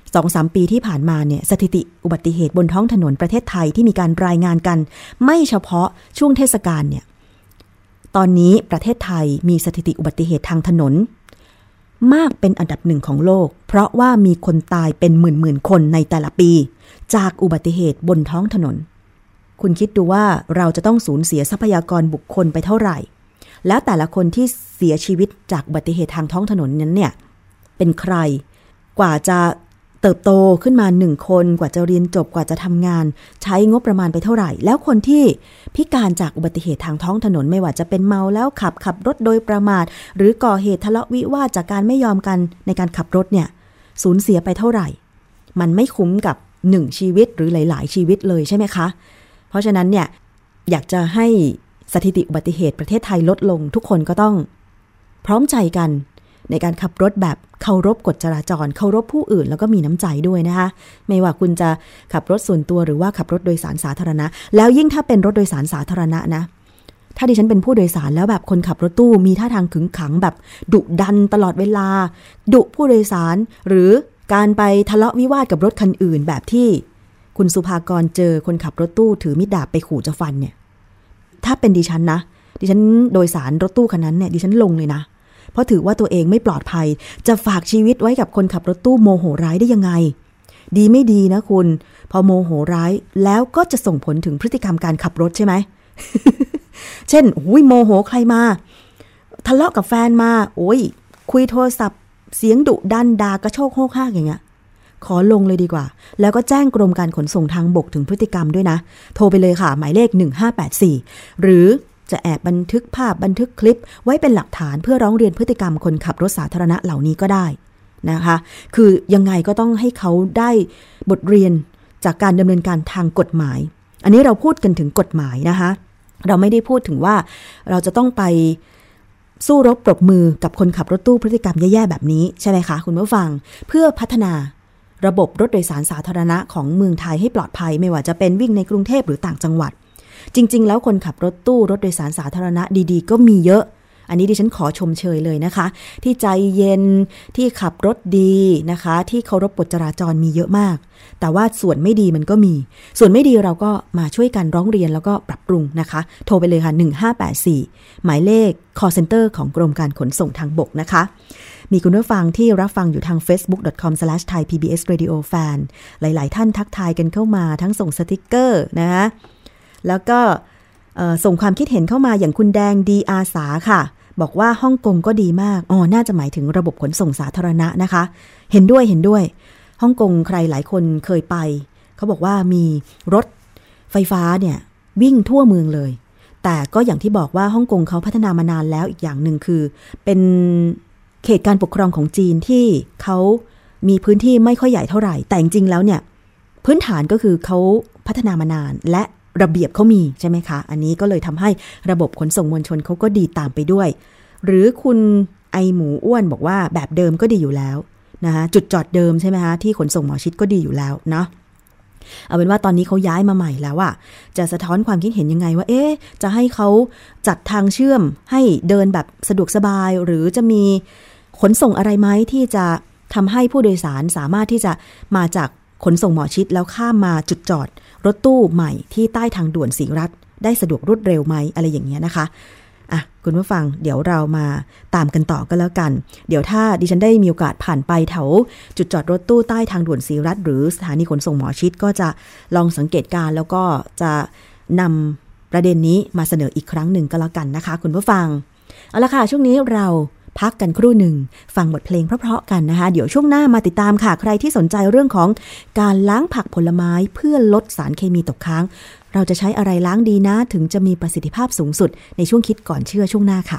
สองสามปีที่ผ่านมาเนี่ยสถิติอุบัติเหตุบนท้องถนนประเทศไทยที่มีการรายงานกันไม่เฉพาะช่วงเทศกาลเนี่ยตอนนี้ประเทศไทยมีสถิติอุบัติเหตุทางถนนมากเป็นอันดับหนึ่งของโลกเพราะว่ามีคนตายเป็นหมื่นๆคนในแต่ละปีจากอุบัติเหตุบนท้องถนนคุณคิดดูว่าเราจะต้องสูญเสียทรัพยากรบุคคลไปเท่าไหร่แล้วแต่ละคนที่เสียชีวิตจากอุบัติเหตุทางท้องถนนนั้นเนี่ยเป็นใครกว่าจะเติบโตขึ้นมาหนึ่งคนกว่าจะเรียนจบกว่าจะทำงานใช้งบประมาณไปเท่าไหร่แล้วคนที่พิการจากอุบัติเหตุทางท้องถนนไม่ว่าจะเป็นเมาแล้วขับขับรถโดยประมาทหรือก่อเหตุทะเลาะวิวาทจากการไม่ยอมกันในการขับรถเนี่ยสูญเสียไปเท่าไหร่มันไม่คุ้มกับหนึ่งชีวิตหรือหลายๆชีวิตเลยใช่ไหมคะเพราะฉะนั้นเนี่ยอยากจะให้สถิติอุบัติเหตุประเทศไทยลดลงทุกคนก็ต้องพร้อมใจกันในการขับรถแบบเคารพกฎจราจรเคารพผู้อื่นแล้วก็มีน้ำใจด้วยนะคะไม่ว่าคุณจะขับรถส่วนตัวหรือว่าขับรถโดยสารสาธารณะแล้วยิ่งถ้าเป็นรถโดยสารสาธารณะนะถ้าดิฉันเป็นผู้โดยสารแล้วแบบคนขับรถตู้มีท่าทางขึงขังแบบดุดันตลอดเวลาดุผู้โดยสารหรือการไปทะเลาะวิวาทกับรถคันอื่นแบบที่คุณสุภากรเจอคนขับรถตู้ถือมีดดาบไปขู่จะฟันเนี่ยถ้าเป็นดิฉันนะดิฉันโดยสารรถตู้คันนั้นเนี่ยดิฉันลงเลยนะเพราะถือว่าตัวเองไม่ปลอดภัยจะฝากชีวิตไว้กับคนขับรถตู้โมโหร้ายได้ยังไงดีไม่ดีนะคุณพอโมโหร้ายแล้วก็จะส่งผลถึงพฤติกรรมการขับรถใช่ไหม เช่นโอ้ยโมโหใครมาทะเลาะกับแฟนมาโอ้ยคุยโทรศัพท์เสียงดุดันด่ากระโชกโฮกฮากอย่างเงี้ยขอลงเลยดีกว่าแล้วก็แจ้งกรมการขนส่งทางบกถึงพฤติกรรมด้วยนะโทรไปเลยค่ะหมายเลขหนึ่งห้าแปดสี่หรือจะแอบบันทึกภาพบันทึกคลิปไว้เป็นหลักฐานเพื่อร้องเรียนพฤติกรรมคนขับรถสาธารณะเหล่านี้ก็ได้นะคะคือยังไงก็ต้องให้เขาได้บทเรียนจากการดำเนินการทางกฎหมายอันนี้เราพูดกันถึงกฎหมายนะคะเราไม่ได้พูดถึงว่าเราจะต้องไปสู้รบปรบมือกับคนขับรถตู้พฤติกรรมแย่ๆแบบนี้ใช่ไหมคะคุณผู้ฟังเพื่อพัฒนาระบบรถโดยสารสาธารณะของเมืองไทยให้ปลอดภัยไม่ว่าจะเป็นวิ่งในกรุงเทพหรือต่างจังหวัดจริงๆแล้วคนขับรถตู้รถโดยสารสาธารณะดีๆก็มีเยอะอันนี้ดิฉันขอชมเชยเลยนะคะที่ใจเย็นที่ขับรถดีนะคะที่เคารพกฎจราจรมีเยอะมากแต่ว่าส่วนไม่ดีมันก็มีส่วนไม่ดีเราก็มาช่วยกันร้องเรียนแล้วก็ปรับปรุงนะคะโทรไปเลยค่ะหนึ่งห้าแปดสี่หมายเลข call center ของกรมการขนส่งทางบกนะคะมีคุณผู้ฟังที่รับฟังอยู่ทาง เฟซบุ๊ก ดอท คอม สแลช ไทย พี บี เอส เรดิโอ แฟน หลายๆท่านทักทายกันเข้ามาทั้งส่งสติกเกอร์นะคะแล้วก็ส่งความคิดเห็นเข้ามาอย่างคุณแดงดีอาสาค่ะบอกว่าฮ่องกงก็ดีมากอ๋อน่าจะหมายถึงระบบขนส่งสาธารณะนะคะเห็นด้วยเห็นด้วยฮ่องกงใครหลายคนเคยไปเขาบอกว่ามีรถไฟฟ้าเนี่ยวิ่งทั่วเมืองเลยแต่ก็อย่างที่บอกว่าฮ่องกงเขาพัฒนามานานแล้วอีกอย่างหนึ่งคือเป็นเขตการปกครองของจีนที่เขามีพื้นที่ไม่ค่อยใหญ่เท่าไหร่แต่จริงๆแล้วเนี่ยพื้นฐานก็คือเขาพัฒนามานานและระเบียบเขามีใช่ไหมคะอันนี้ก็เลยทำให้ระบบขนส่งมวลชนเขาก็ดีตามไปด้วยหรือคุณไอหมูอ้วนบอกว่าแบบเดิมก็ดีอยู่แล้วนะคะจุดจอดเดิมใช่ไหมคะที่ขนส่งหมอชิดก็ดีอยู่แล้วเนาะเอาเป็นว่าตอนนี้เขาย้ายมาใหม่แล้วอะจะสะท้อนความคิดเห็นยังไงว่าเอ๊ะจะให้เขาจัดทางเชื่อมให้เดินแบบสะดวกสบายหรือจะมีขนส่งอะไรไหมที่จะทำให้ผู้โดยสารสามารถที่จะมาจากขนส่งหมอชิดแล้วข้ามมาจุดจอดรถตู้ใหม่ที่ใต้ทางด่วนศรีรัตน์ได้สะดวกรวดเร็วไหมอะไรอย่างเงี้ยนะคะอ่ะคุณผู้ฟังเดี๋ยวเรามาตามกันต่อกันแล้วกันเดี๋ยวถ้าดิฉันได้มีโอกาสผ่านไปแถวจุดจอดรถตู้ใต้ทางด่วนศรีรัตน์หรือสถานีขนส่งหมอชิดก็จะลองสังเกตการแล้วก็จะนำประเด็นนี้มาเสนออีกครั้งหนึ่งก็แล้วกันนะคะคุณผู้ฟังเอาละค่ะช่วงนี้เราพักกันครู่หนึ่งฟังบทเพลงเพราะๆกันนะคะเดี๋ยวช่วงหน้ามาติดตามค่ะใครที่สนใจเรื่องของการล้างผักผลไม้เพื่อลดสารเคมีตกค้างเราจะใช้อะไรล้างดีนะถึงจะมีประสิทธิภาพสูงสุดในช่วงคิดก่อนเชื่อช่วงหน้าค่ะ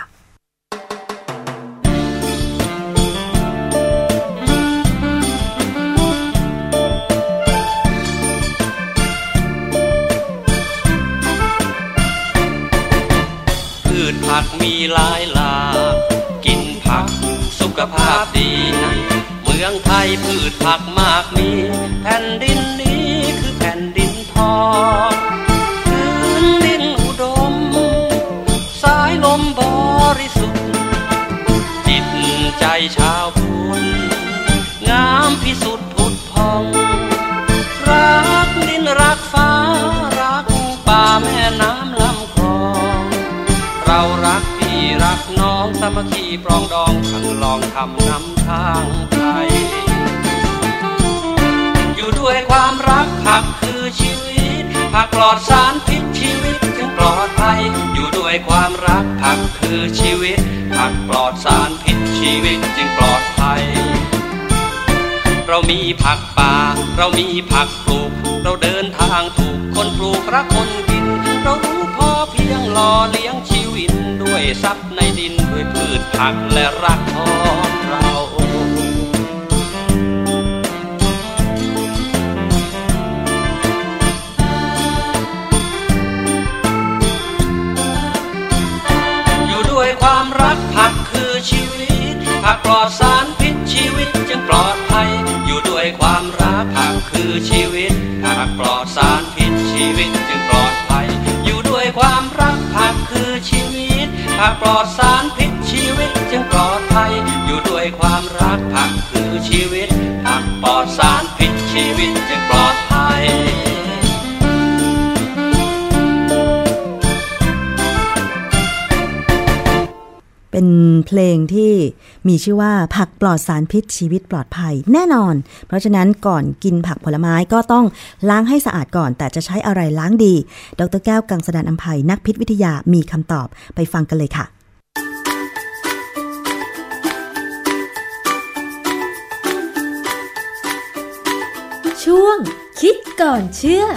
พืชผักมีหลายหลากกินผักสุขภาพดีเมืองไทยพืชผักมากมีแผ่นดินนี้คือแผ่นดินทองพื้นดินอุดมสายลมบริสุทธิ์จิตใจชาวพุทธงามพิสุทธิ์ผุดพอสามัคคีปรองดองขันลองทำนำทางไทยอยู่ด้วยความรักผักคือชีวิตผักปลอดสารพิษชีวิตจึงปลอดภัยอยู่ด้วยความรักผักคือชีวิตผักปลอดสารพิษชีวิตจึงปลอดภัยเรามีผักป่าเรามีผักปลูกเราเดินทางถูกคนปลูกรักคนกินเรารู้พอเพียงหล่อเลี้ยงชีวิตด้วยทรัพย์ในดินด้วยพืชผักและรักของเราอยู่ด้วยความรักผักคือชีวิตผักปลอดสารพิษชีวิตจึงปลอดภัยอยู่ด้วยความรักผักคือชีวิตผักปลอดสารพิษชีวิตจึงปลอดภัยอยู่ด้วยความรักผักคือชีวิตผักปลอดสารพิษชีวิตจึงปลอดภัยอยู่ด้วยความรักผักคือชีวิตผักปลอดสารพิษชีวิตจึงปลอดภัยเป็นเพลงที่มีชื่อว่าผักปลอดสารพิษชีวิตปลอดภัยแน่นอนเพราะฉะนั้นก่อนกินผักผลไม้ก็ต้องล้างให้สะอาดก่อนแต่จะใช้อะไรล้างดีดร.แก้วกังสดาลอำไพนักพิษวิทยามีคำตอบไปฟังกันเลยค่ะช่วงคิดก่อนเชื่อ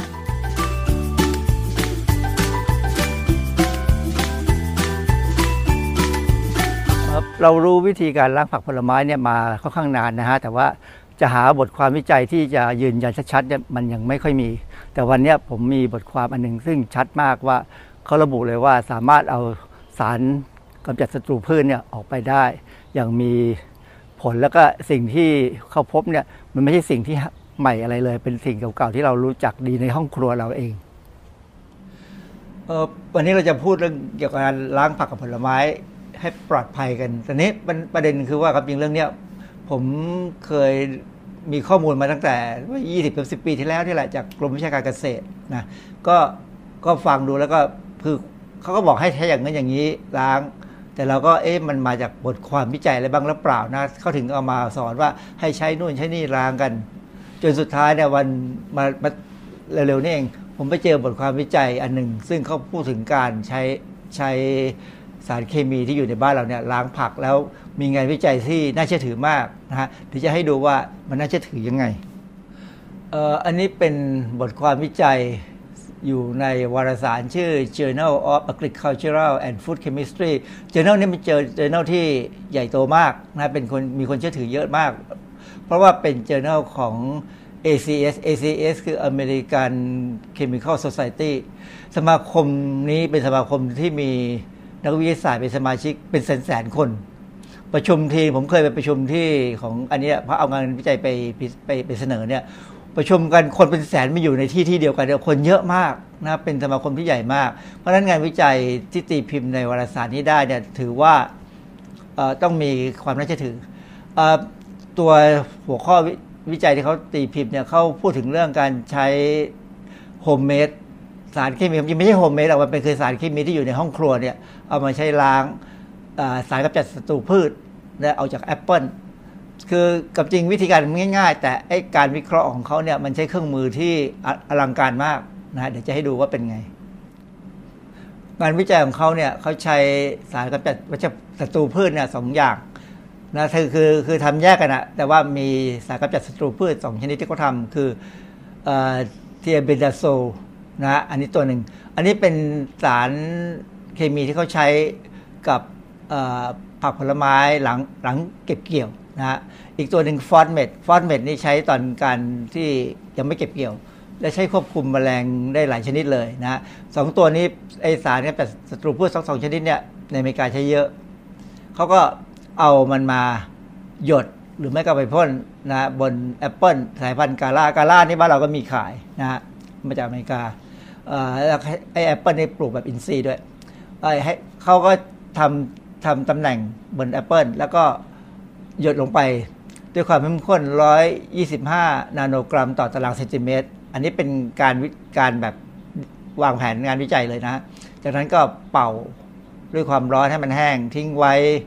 เรารู้วิธีการล้างผักผลไม้เนี่ยมาค่อนข้างนานนะฮะแต่ว่าจะหาบทความวิจัยที่จะยืนยันชัดๆเนี่ยมันยังไม่ค่อยมีแต่วันนี้ผมมีบทความอันนึงซึ่งชัดมากว่าเขาระบุเลยว่าสามารถเอาสารกำจัดศัตรูพืชเนี่ยออกไปได้อย่างมีผลแล้วก็สิ่งที่เขาพบเนี่ยมันไม่ใช่สิ่งที่ใหม่อะไรเลยเป็นสิ่งเก่าๆที่เรารู้จักดีในห้องครัวเราเองเอ่อวันนี้เราจะพูดเรื่องเกี่ยวกับการล้างผักกับผลไม้ให้ปลอดภัยกันตอนนี้ประเด็นคือว่าครับจริงเรื่องนี้ผมเคยมีข้อมูลมาตั้งแต่ยี่สิบ สิบปีที่แล้วนี่แหละจากกรมวิชาการเกษตรนะก็ก็ฟังดูแล้วก็คือเขาก็บอกให้ใช้อย่างนั้นอย่างนี้ล้างแต่เราก็เอ๊ะมันมาจากบทความวิจัยอะไรบ้างหรือเปล่านะเขาถึงเอามาสอนว่าให้ใช้นู่นใช้นี่ล้างกันจนสุดท้ายเนี่ยวันมามาเร็วๆนี่เองผมไปเจอบทความวิจัยอันหนึ่งซึ่งเขาพูดถึงการใช้ใช้สารเคมีที่อยู่ในบ้านเราเนี่ยล้างผักแล้วมีงานวิจัยที่น่าเชื่อถือมากนะฮะเดี๋ยวจะให้ดูว่ามันน่าเชื่อถือยังไงเอ่ออันนี้เป็นบทความวิจัยอยู่ในวารสารชื่อ Journal of Agricultural and Food Chemistry Journal นี้เป็นเจอ Journal ที่ใหญ่โตมากนะเป็นคนมีคนเชื่อถือเยอะมากเพราะว่าเป็น Journal ของ เอ ซี เอส เอ ซี เอส คือ American Chemical Society สมาคมนี้เป็นสมาคมที่มีนักวิทยาศาสตร์เป็นสมาชิกเป็นแสนแสนคนประชุมทีผมเคยไปประชุมที่ของอันนี้เพราะเอางานวิจัยไปไปไปเสนอเนี่ยประชุมกันคนเป็นแสนมาอยู่ในที่ที่เดียวกันเนี่ยคนเยอะมากนะเป็นสมาคมที่ใหญ่มากเพราะฉะนั้นงานวิจัยที่ตีพิมพ์ในวารสารนี้ได้เนี่ยถือว่าต้องมีความน่าเชื่อถือตัวหัวข้อวิจัยที่เขาตีพิมพ์เนี่ยเขาพูดถึงเรื่องการใช้โฮมเมดสารเคมีจริงไม่ใช่โฮมเมดหรอกมันเป็นคือสารเคมีที่อยู่ในห้องครัวเนี่ยเอามาใช้ล้างสารกำจัดศัตรูพืชและเอาจากแอปเปิลคือกับจริงวิธีการง่ายๆแต่ไอ้การวิเคราะห์ของเขาเนี่ยมันใช้เครื่องมือที่อลังการมากนะเดี๋ยวจะให้ดูว่าเป็นไงงานวิจัยของเขาเนี่ยเขาใช้สารกำจัดศัตรูพืชเนี่ยสองอย่างนะคือคือคือทำแยกกันนะแต่ว่ามีสารกำจัดศัตรูพืชสองชนิดที่เขาทำคือเทียเบนดาโซลนะอันนี้ตัวหนึ่งอันนี้เป็นสารเคมีที่เขาใช้กับผักผลไม้หลังหลังเก็บเกี่ยวนะฮะอีกตัวหนึ่งฟอสเมดฟอสเมดนี่ใช้ตอนการที่ยังไม่เก็บเกี่ยวและใช้ควบคุมแมลงได้หลายชนิดเลยนะฮะสองตัวนี้ไอสารเนี่ยแต่ศัตรูพืชสองสองชนิดเนี่ยในอเมริกาใช้เยอะเขาก็เอามันมาหยดหรือไม่ก็ไปพ่นนะบนแอปเปิลสายพันธุ์กาล่ากาล่านี่บ้านเราก็มีขายนะฮะมาจากอเมริกาแล้วไอแอปเปิลนี่ปลูกแบบอินทรีย์ด้วยไอให้เขาก็ทำทำตำแหน่งบนแอปเปิลแล้วก็หยดลงไปด้วยความเข้มข้นหนึ่งร้อยยี่สิบห้านาโนกรัมต่อตารางเซนติเมตรอันนี้เป็นการการแบบวางแผนงานวิจัยเลยนะจากนั้นก็เป่าด้วยความร้อนให้มันแห้งทิ้งไว้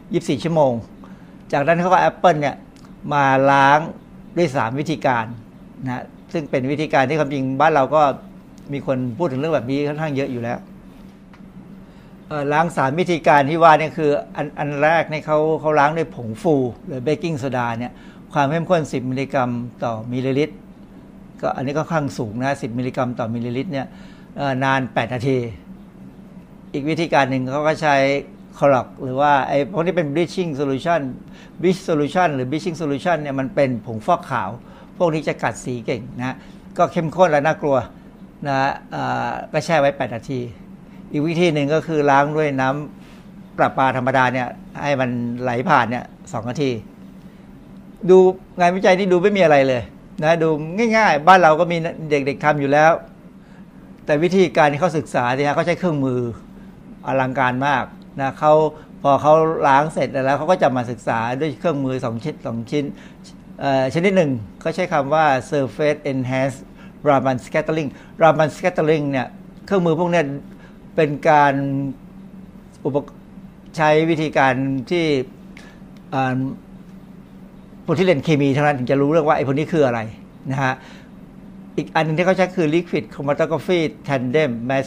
ยี่สิบสี่ชั่วโมงจากนั้นเขาก็ Apple เนี่ยมาล้างด้วยสามวิธีการนะซึ่งเป็นวิธีการที่ความจริงบ้านเราก็มีคนพูดถึงเรื่องแบบนี้ค่อนข้างเยอะอยู่แล้วล้างสามวิธีการที่ว่านี่คืออันอันแรกเนี่ยเขาเขาล้างด้วยผงฟูหรือเบกกิ้งโซดาเนี่ยความเข้มข้นสิบมิลลิกรัมต่อมิลลิลิตรก็อันนี้ก็ค่อนข้างสูงนะสิบมิลลิกรัมต่อมิลลิลิตรเนี่ยนานแปดนาทีอีกวิธีการหนึ่งเขาก็ใช้คลอรอกหรือว่าไอ้พวกนี้เป็น bleaching solution bleach solution หรือ bleaching solution เนี่ยมันเป็นผงฟอกขาวพวกนี้จะกัดสีเก่งนะก็เข้มข้นและน่ากลัวนะก็แช่ไว้แปดนาทีอีกวิธีหนึ่งก็คือล้างด้วยน้ำประปาธรรมดาเนี่ยให้มันไหลผ่านเนี่ยสองนาทีดูงานวิจัยนี่ดูไม่มีอะไรเลยนะดูง่ายๆบ้านเราก็มีเด็กๆทำอยู่แล้วแต่วิธีการที่เขาศึกษาเนี่ยเขาใช้เครื่องมืออลังการมากนะเขาพอเขาล้างเสร็จแล้วเขาก็จะมาศึกษาด้วยเครื่องมือสองชิ้นสองชิ้นชนิดหนึ่งเขาใช้คำว่า surface enhanced Raman scattering Raman scattering เนี่ยเครื่องมือพวกนี้เป็นการอุปใช้วิธีการที่ผู้ที่เรียนเคมีเท่านั้นถึงจะรู้เรื่องว่าไอ้พวกนี้คืออะไรนะฮะอีกอันนึงที่เขาใช้คือ liquid chromatography tandem mass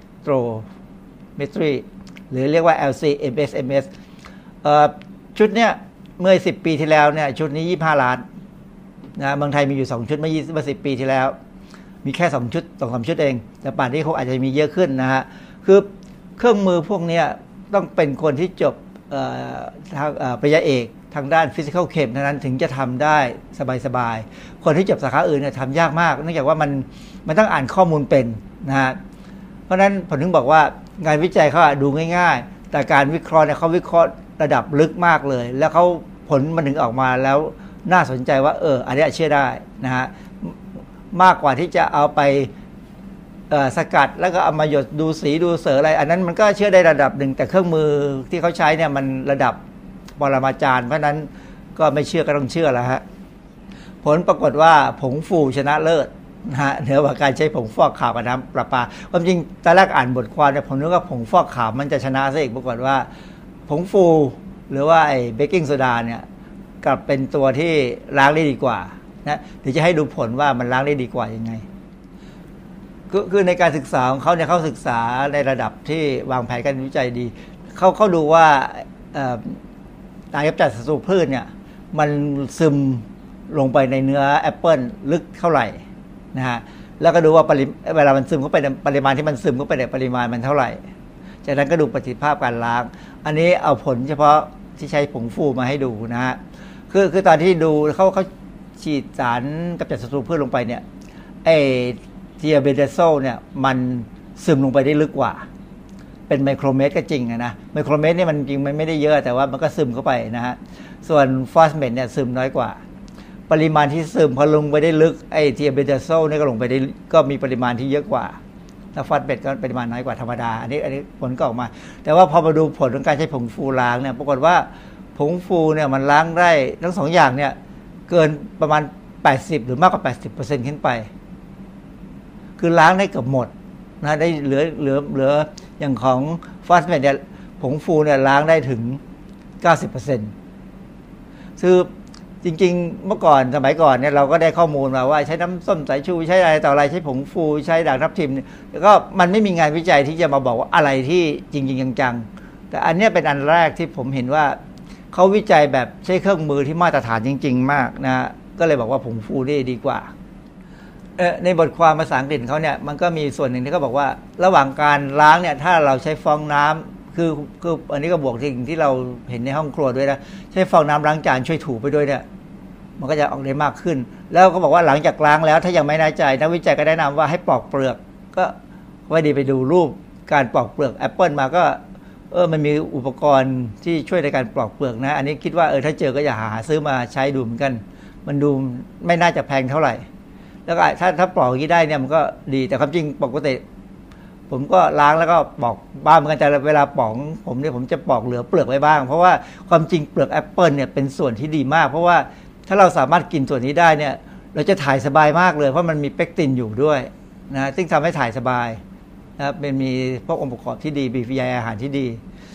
spectrometry หรือเรียกว่า แอล ซี เอ็ม เอส เอ็ม เอส ชุดเนี้ยเมื่อสิบปีที่แล้วเนี่ยชุดนี้ยี่สิบห้าล้านนะเมืองไทยมีอยู่สองชุดเมื่อยี่สิบปีที่แล้วมีแค่สองชุดสองสามชุดเองแต่ป่านนี้เขาอาจจะมีเยอะขึ้นนะฮะคือเครื่องมือพวกนี้ต้องเป็นคนที่จบทางปริญญาเอกทางด้านฟิสิกอลเคมเท่านั้นถึงจะทำได้สบายๆคนที่จบสาขาอื่นเนี่ยทำยากมากเนื่องจากว่ามันมันต้องอ่านข้อมูลเป็นนะฮะเพราะฉะนั้นผมถึงบอกว่างานวิจัยเขาดูง่ายๆแต่การวิเคราะห์เนี่ยเขาวิเคราะห์ระดับลึกมากเลยแล้วเขาผลมันถึงออกมาแล้วน่าสนใจว่าเอออันนี้เชื่อได้นะฮะมากกว่าที่จะเอาไปสกัดแล้วก็เอามาหยดดูสีดูเสืออะไรอันนั้นมันก็เชื่อได้ระดับหนึ่งแต่เครื่องมือที่เขาใช้เนี่ยมันระดับปรมาจารย์เพราะนั้นก็ไม่เชื่อก็ต้องเชื่อแล้วฮะผลปรากฏว่าผงฟูชนะเลิศนะฮะเหนือกว่าการใช้ผงฟอกขาวกับน้ำประปาความจริงตอนแรกอ่านบทความเนี่ยผมนึกว่าผงฟอกขาวมันจะชนะซะอีกปรากฏว่าผงฟูหรือว่าไอ้เบกกิ้งโซดาเนี่ยกลับเป็นตัวที่ล้างได้ดีกว่านะเดี๋ยวจะให้ดูผลว่ามันล้างได้ดีกว่ายังไงคือในการศึกษาของเขาเนี่ยเขาศึกษาในระดับที่วางแผนการวิจัยดีเขาเขาดูว่าการกำจัดศัตรูพืชเนี่ยมันซึมลงไปในเนื้อแอปเปิลลึกเท่าไหร่นะฮะแล้วก็ดูว่าเวลามันซึมเข้าไปในปริมาณที่มันซึมเข้าไปในปริมาณมันเท่าไหร่จากนั้นก็ดูประสิทธิภาพการล้างอันนี้เอาผลเฉพาะที่ใช้ผงฟูมาให้ดูนะฮะคือคือตอนที่ดูเขาเขาฉีดสารกำจัดศัตรูพืชลงไปเนี่ยไอเทียเบเดโซเนี่ยมันซึมลงไปได้ลึกกว่าเป็นไมโครเมตรก็จริงนะไมโครเมตรเนี่ยมันจริงมันไม่ได้เยอะแต่ว่ามันก็ซึมเข้าไปนะฮะส่วนฟอสเมตเนี่ยซึมน้อยกว่าปริมาณที่ซึมพอลงไปได้ลึกไอเทียเบเดโซเนี่ยก็ลงไปได้ก็มีปริมาณที่เยอะกว่าแล้วฟอสเมตก็ปริมาณน้อยกว่าธรรมดาอันนี้อันนี้ผลก็ออกมาแต่ว่าพอมาดูผลของการใช้ผงฟูล้างเนี่ยปรากฏว่าผงฟูเนี่ยมันล้างได้ทั้งสองอย่างเนี่ยเกินประมาณแปดสิบหรือมากกว่า แปดสิบเปอร์เซ็นต์ ขึ้นไปคือล้างได้เกือบหมดนะได้เหลือเหลือเหลืออย่างของฟอสเมตเนี่ยผงฟูเนี่ยล้างได้ถึง เก้าสิบเปอร์เซ็นต์ คือจริงๆเมื่อก่อนสมัยก่อนเนี่ยเราก็ได้ข้อมูลมาว่าใช้น้ำส้มสายชูใช้อะไรต่ออะไรใช้ผงฟูใช้ด่างทับทิมแล้วก็มันไม่มีงานวิจัยที่จะมาบอกว่าอะไรที่จริงๆจังๆแต่อันนี้เป็นอันแรกที่ผมเห็นว่าเขาวิจัยแบบใช้เครื่องมือที่มาตรฐานจริงๆมากนะก็เลยบอกว่าผงฟูนี่ดีกว่าในบทความภาษาอังกฤษเขาเนี่ยมันก็มีส่วนหนึ่งที่เขาบอกว่าระหว่างการล้างเนี่ยถ้าเราใช้ฟองน้ำคือคืออันนี้ก็บวกสิ่งที่เราเห็นในห้องครัวด้วยนะใช้ฟองน้ำล้างจานช่วยถูไปด้วยเนี่ยมันก็จะออกได้มากขึ้นแล้วก็บอกว่าหลังจากล้างแล้วถ้ายังไม่แน่ใจนักวิจัยก็แนะนำว่าให้ปอกเปลือกก็ว่าดีไปดูรูปการปอกเปลือกแอปเปิลมาก็เออมันมีอุปกรณ์ที่ช่วยในการปอกเปลือกนะอันนี้คิดว่าเออถ้าเจอก็อย่าหาซื้อมาใช้ดูเหมือนกันมันดูไม่น่าจะแพงเท่าไหร่แล้วก็ถ้าถ้าปอกอย่างนี้ได้เนี่ยมันก็ดีแต่ความจริงปกติผมก็ล้างแล้วก็ปอกบ้างเหมือนกันแต่เวลาปอกผมเนี่ยผมจะปอกเหลือเปลือกไว้บ้างเพราะว่าความจริงเปลือกแอปเปิลเนี่ยเป็นส่วนที่ดีมากเพราะว่าถ้าเราสามารถกินส่วนนี้ได้เนี่ยเราจะถ่ายสบายมากเลยเพราะมันมีเปกตินอยู่ด้วยนะซึ่งทำให้ถ่ายสบายนะครับเป็นมีพวกองค์ประกอบที่ดีมีใยอาหารที่ดี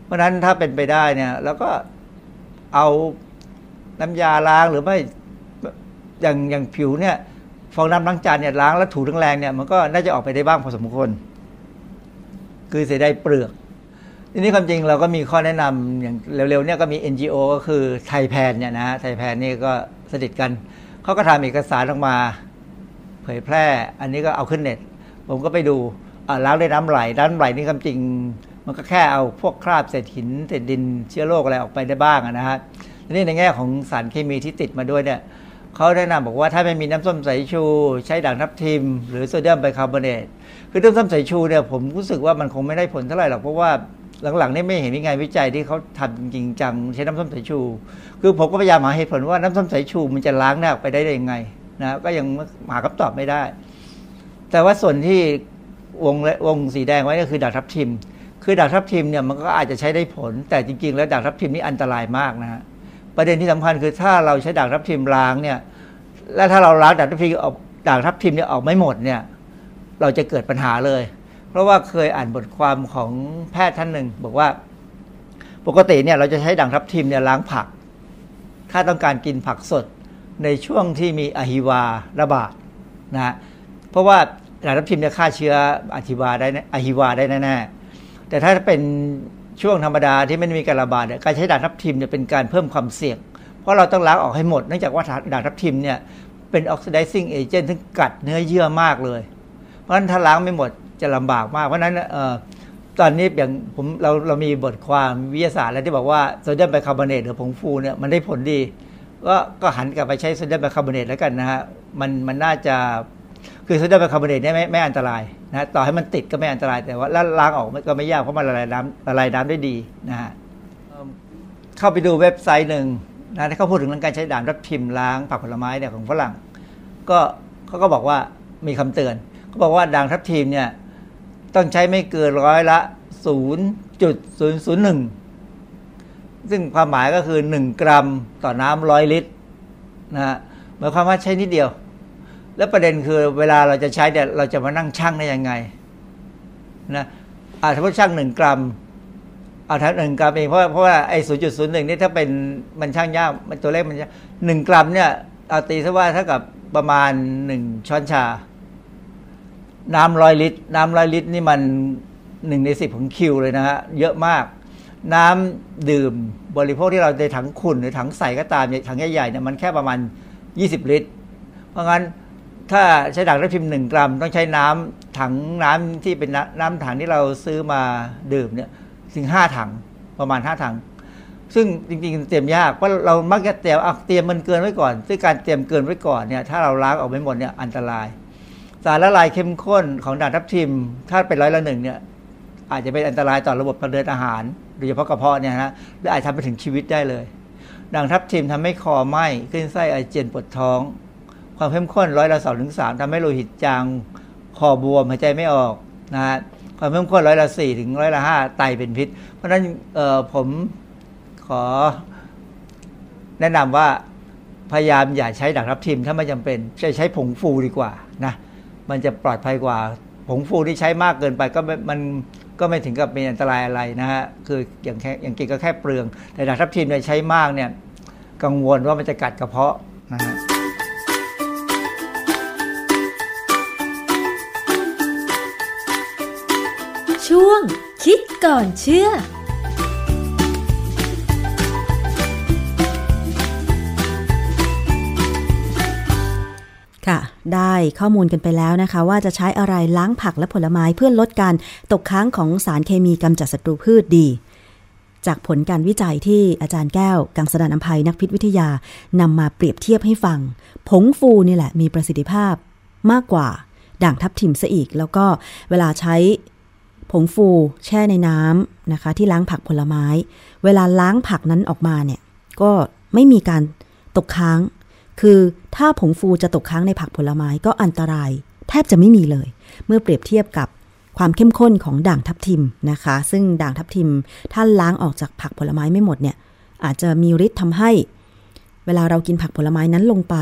ราะฉะนั้นถ้าเป็นไปได้เนี่ยแล้วก็เอาน้ำยาล้างหรือไม่อย่างอย่างผิวเนี่ยฟองน้ำล้างจานเนี่ยล้างแล้วถูแรงๆเนี่ยมันก็น่าจะออกไปได้บ้างพอสมควรคือเสียดายเปลือกทีนี้ความจริงเราก็มีข้อแนะนำอย่างเร็วๆเนี่ยก็มี เอ็น จี โอ ก็คือไทยแพนเนี่ยนะไทยแพนนี่ก็สนิทกันเขาก็ทำเอกสารออกมาเผยแพร่อันนี้ก็เอาขึ้นเน็ตผมก็ไปดูล้างด้วยน้ำไหลน้ำไหลนี่ความจริงมันก็แค่เอาพวกคราบเศษหินเศษดินเชื้อโรคอะไรออกไปได้บ้างนะฮะทีนี้ในแง่ของสารเคมีที่ติดมาด้วยเนี่ยเขาแนะนำบอกว่าถ้าไม่มีน้ำส้มสายชูใช้ด่างทับทิมหรือโซเดียมไบคาร์บอเนตคือน้ำส้มสายชูเนี่ยผมรู้สึกว่ามันคงไม่ได้ผลเท่าไหร่หรอกเพราะว่าหลังๆนี่ไม่เห็นมีงานวิจัยที่เขาทำจริงจังใช้น้ำส้มสายชูคือผมก็พยายามหาเหตุผลว่าน้ำส้มสายชูมันจะล้างหน้าออกไปได้ยังไงนะก็ยังหาคำตอบไม่ได้แต่ว่าส่วนที่วงวงสีแดงไว้ก็คือด่างทับทิมคือด่างทับทิมเนี่ยมันก็อาจจะใช้ได้ผลแต่จริงๆแล้วด่างทับทิมนี่อันตรายมากนะฮะประเด็นที่สำคัญคือถ้าเราใช้ด่างทับทิมล้างเนี่ยและถ้าเราล้างด่างทับทิมออกด่างทับทิมเนี่ยออกไม่หมดเนี่ยเราจะเกิดปัญหาเลยเพราะว่าเคยอ่านบทความของแพทย์ท่านหนึ่งบอกว่าปกติเนี่ยเราจะใช้ด่างทับทิมเนี่ยล้างผักถ้าต้องการกินผักสดในช่วงที่มีอะฮิวาระบาดนะเพราะว่าด่างทับทิมเนี่ยฆ่าเชื้ออะฮิวาได้อะฮิวาได้แน่ๆแต่ถ้าเป็นช่วงธรรมดาที่ไม่มีการระบาดเนี่ยการใช้ด่างทับทิมเนี่ยเป็นการเพิ่มความเสี่ยงเพราะเราต้องล้างออกให้หมดเนื่องจากว่าด่างทับทิมเนี่ยเป็นออกซิไดซิ่งเอเจนต์ที่กัดเนื้อเยื่อมากเลยเพราะฉะนั้นถ้าล้างไม่หมดจะลำบากมากเพราะฉะนั้นตอนนี้อย่างผมเราเรามีบทความวิทยาศาสตร์แล้วที่บอกว่าโซเดียมไบคาร์บอเนตหรือผงฟูเนี่ยมันได้ผลดีก็ก็หันกลับไปใช้โซเดียมไบคาร์บอเนตแล้วกันนะฮะมันมันน่าจะคือโซเดียมไบคาร์บอเนตเนี่ยไม่ไม่อันตรายนะต่อให้มันติดก็ไม่อันตรายแต่ว่าล้างออกก็ไม่ยากเพราะมันละลายน้ำละลายน้ำได้ดีนะฮะเข้าไปดูเว็บไซต์หนึ่งนะที่เขาพูดถึงเรื่องการใช้ด่างทับทิมล้างผักผลไม้เนี่ยของฝรั่งก็เขาก็บอกว่ามีคำเตือนเขาบอกว่าด่างทับทิมเนี่ยต้องใช้ไม่เกินร้อยละ ศูนย์จุดศูนย์ศูนย์หนึ่ง ซึ่งความหมายก็คือหนึ่งกรัมต่อน้ำร้อยลิตรนะฮะหมายความว่าใช้นิดเดียวแล้วประเด็นคือเวลาเราจะใช้เนี่ยเราจะมานั่งชั่งได้ยังไงนะอ่าถ้าว่าชั่งหนึ่งกรัมเอาทั้งหนึ่งกรัมเองเพราะเพราะว่าไอ้ ศูนย์จุดศูนย์หนึ่ง นี่ถ้าเป็นมันชั่งยากมันตัวเลขมันจะหนึ่งกรัมเนี่ยเอาตีซะว่าเท่ากับประมาณหนึ่งช้อนชาน้ำร้อยลิตรน้ำร้อยลิตรนี่มันหนึ่งในสิบของคิวเลยนะฮะเยอะมากน้ำดื่มบริโภคที่เราในถังขุ่นหรือถังใสก็ตามถังใหญ่ๆเนี่ยมันแค่ประมาณยี่สิบลิตรเพราะงั้นถ้าใช้ด่างทับทิมหนึ่งกรัมต้องใช้น้ำถังน้ำที่เป็นน้ำถังที่เราซื้อมาดื่มเนี่ยถึงห้าถังประมาณห้าถังซึ่งจริงๆเตรียมยากเพราะเรามักจะเตรียมเอาเตรียมมันเกินไว้ก่อนซึ่งการเตรียมเกินไว้ก่อนเนี่ยถ้าเราล้างออกไม่หมดเนี่ยอันตรายสารละลายเข้มข้นของด่างทับทิมถ้าเป็นร้อยละหนึ่งเนี่ยอาจจะเป็นอันตรายต่อระบบทางเดินอาหารโดยเฉพาะกระเพาะเนี่ยนะและอาจทำไปถึงชีวิตได้เลยด่างทับทิมทำให้คอไหม้ขึ้นไส้อาเจียนปวดท้องความเข้มข้นร้อยละสองถึงสามทำให้โลหิตจางคอบวมหายใจไม่ออกนะฮะความเข้มข้นร้อยละสี่ถึงร้อยละห้าไตเป็นพิษเพราะฉะนั้นผมขอแนะนำว่าพยายามอย่าใช้ด่างทับทิมถ้าไม่จำเป็นใช้ใช้ผงฟูดีกว่านะมันจะปลอดภัยกว่าผงฟูที่ใช้มากเกินไปก็มันก็ไม่ถึงกับเป็นอันตรายอะไรนะฮะคืออย่างแค่อย่างกินก็แค่เปลืองแต่ด่างทับทิมเนี่ยใช้มากเนี่ยกังวลว่ามันจะกัดกระเพาะนะฮะช่วงคิดก่อนเชื่อค่ะได้ข้อมูลกันไปแล้วนะคะว่าจะใช้อะไรล้างผักและผลไม้เพื่อลดการตกค้างของสารเคมีกำจัดศัตรูพืชดีจากผลการวิจัยที่อาจารย์แก้วกังสดาลอำไพนักพิษวิทยานำมาเปรียบเทียบให้ฟังผงฟูนี่แหละมีประสิทธิภาพมากกว่าด่างทับทิมซะอีกแล้วก็เวลาใช้ผงฟูแช่ในน้ำนะคะที่ล้างผักผลไม้เวลาล้างผักนั้นออกมาเนี่ยก็ไม่มีการตกค้างคือถ้าผงฟูจะตกค้างในผักผลไม้ก็อันตรายแทบจะไม่มีเลยเมื่อเปรียบเทียบกับความเข้มข้นของด่างทับทิมนะคะซึ่งด่างทับทิมถ้าล้างออกจากผักผลไม้ไม่หมดเนี่ยอาจจะมีฤทธิ์ทำให้เวลาเรากินผักผลไม้นั้นลงไป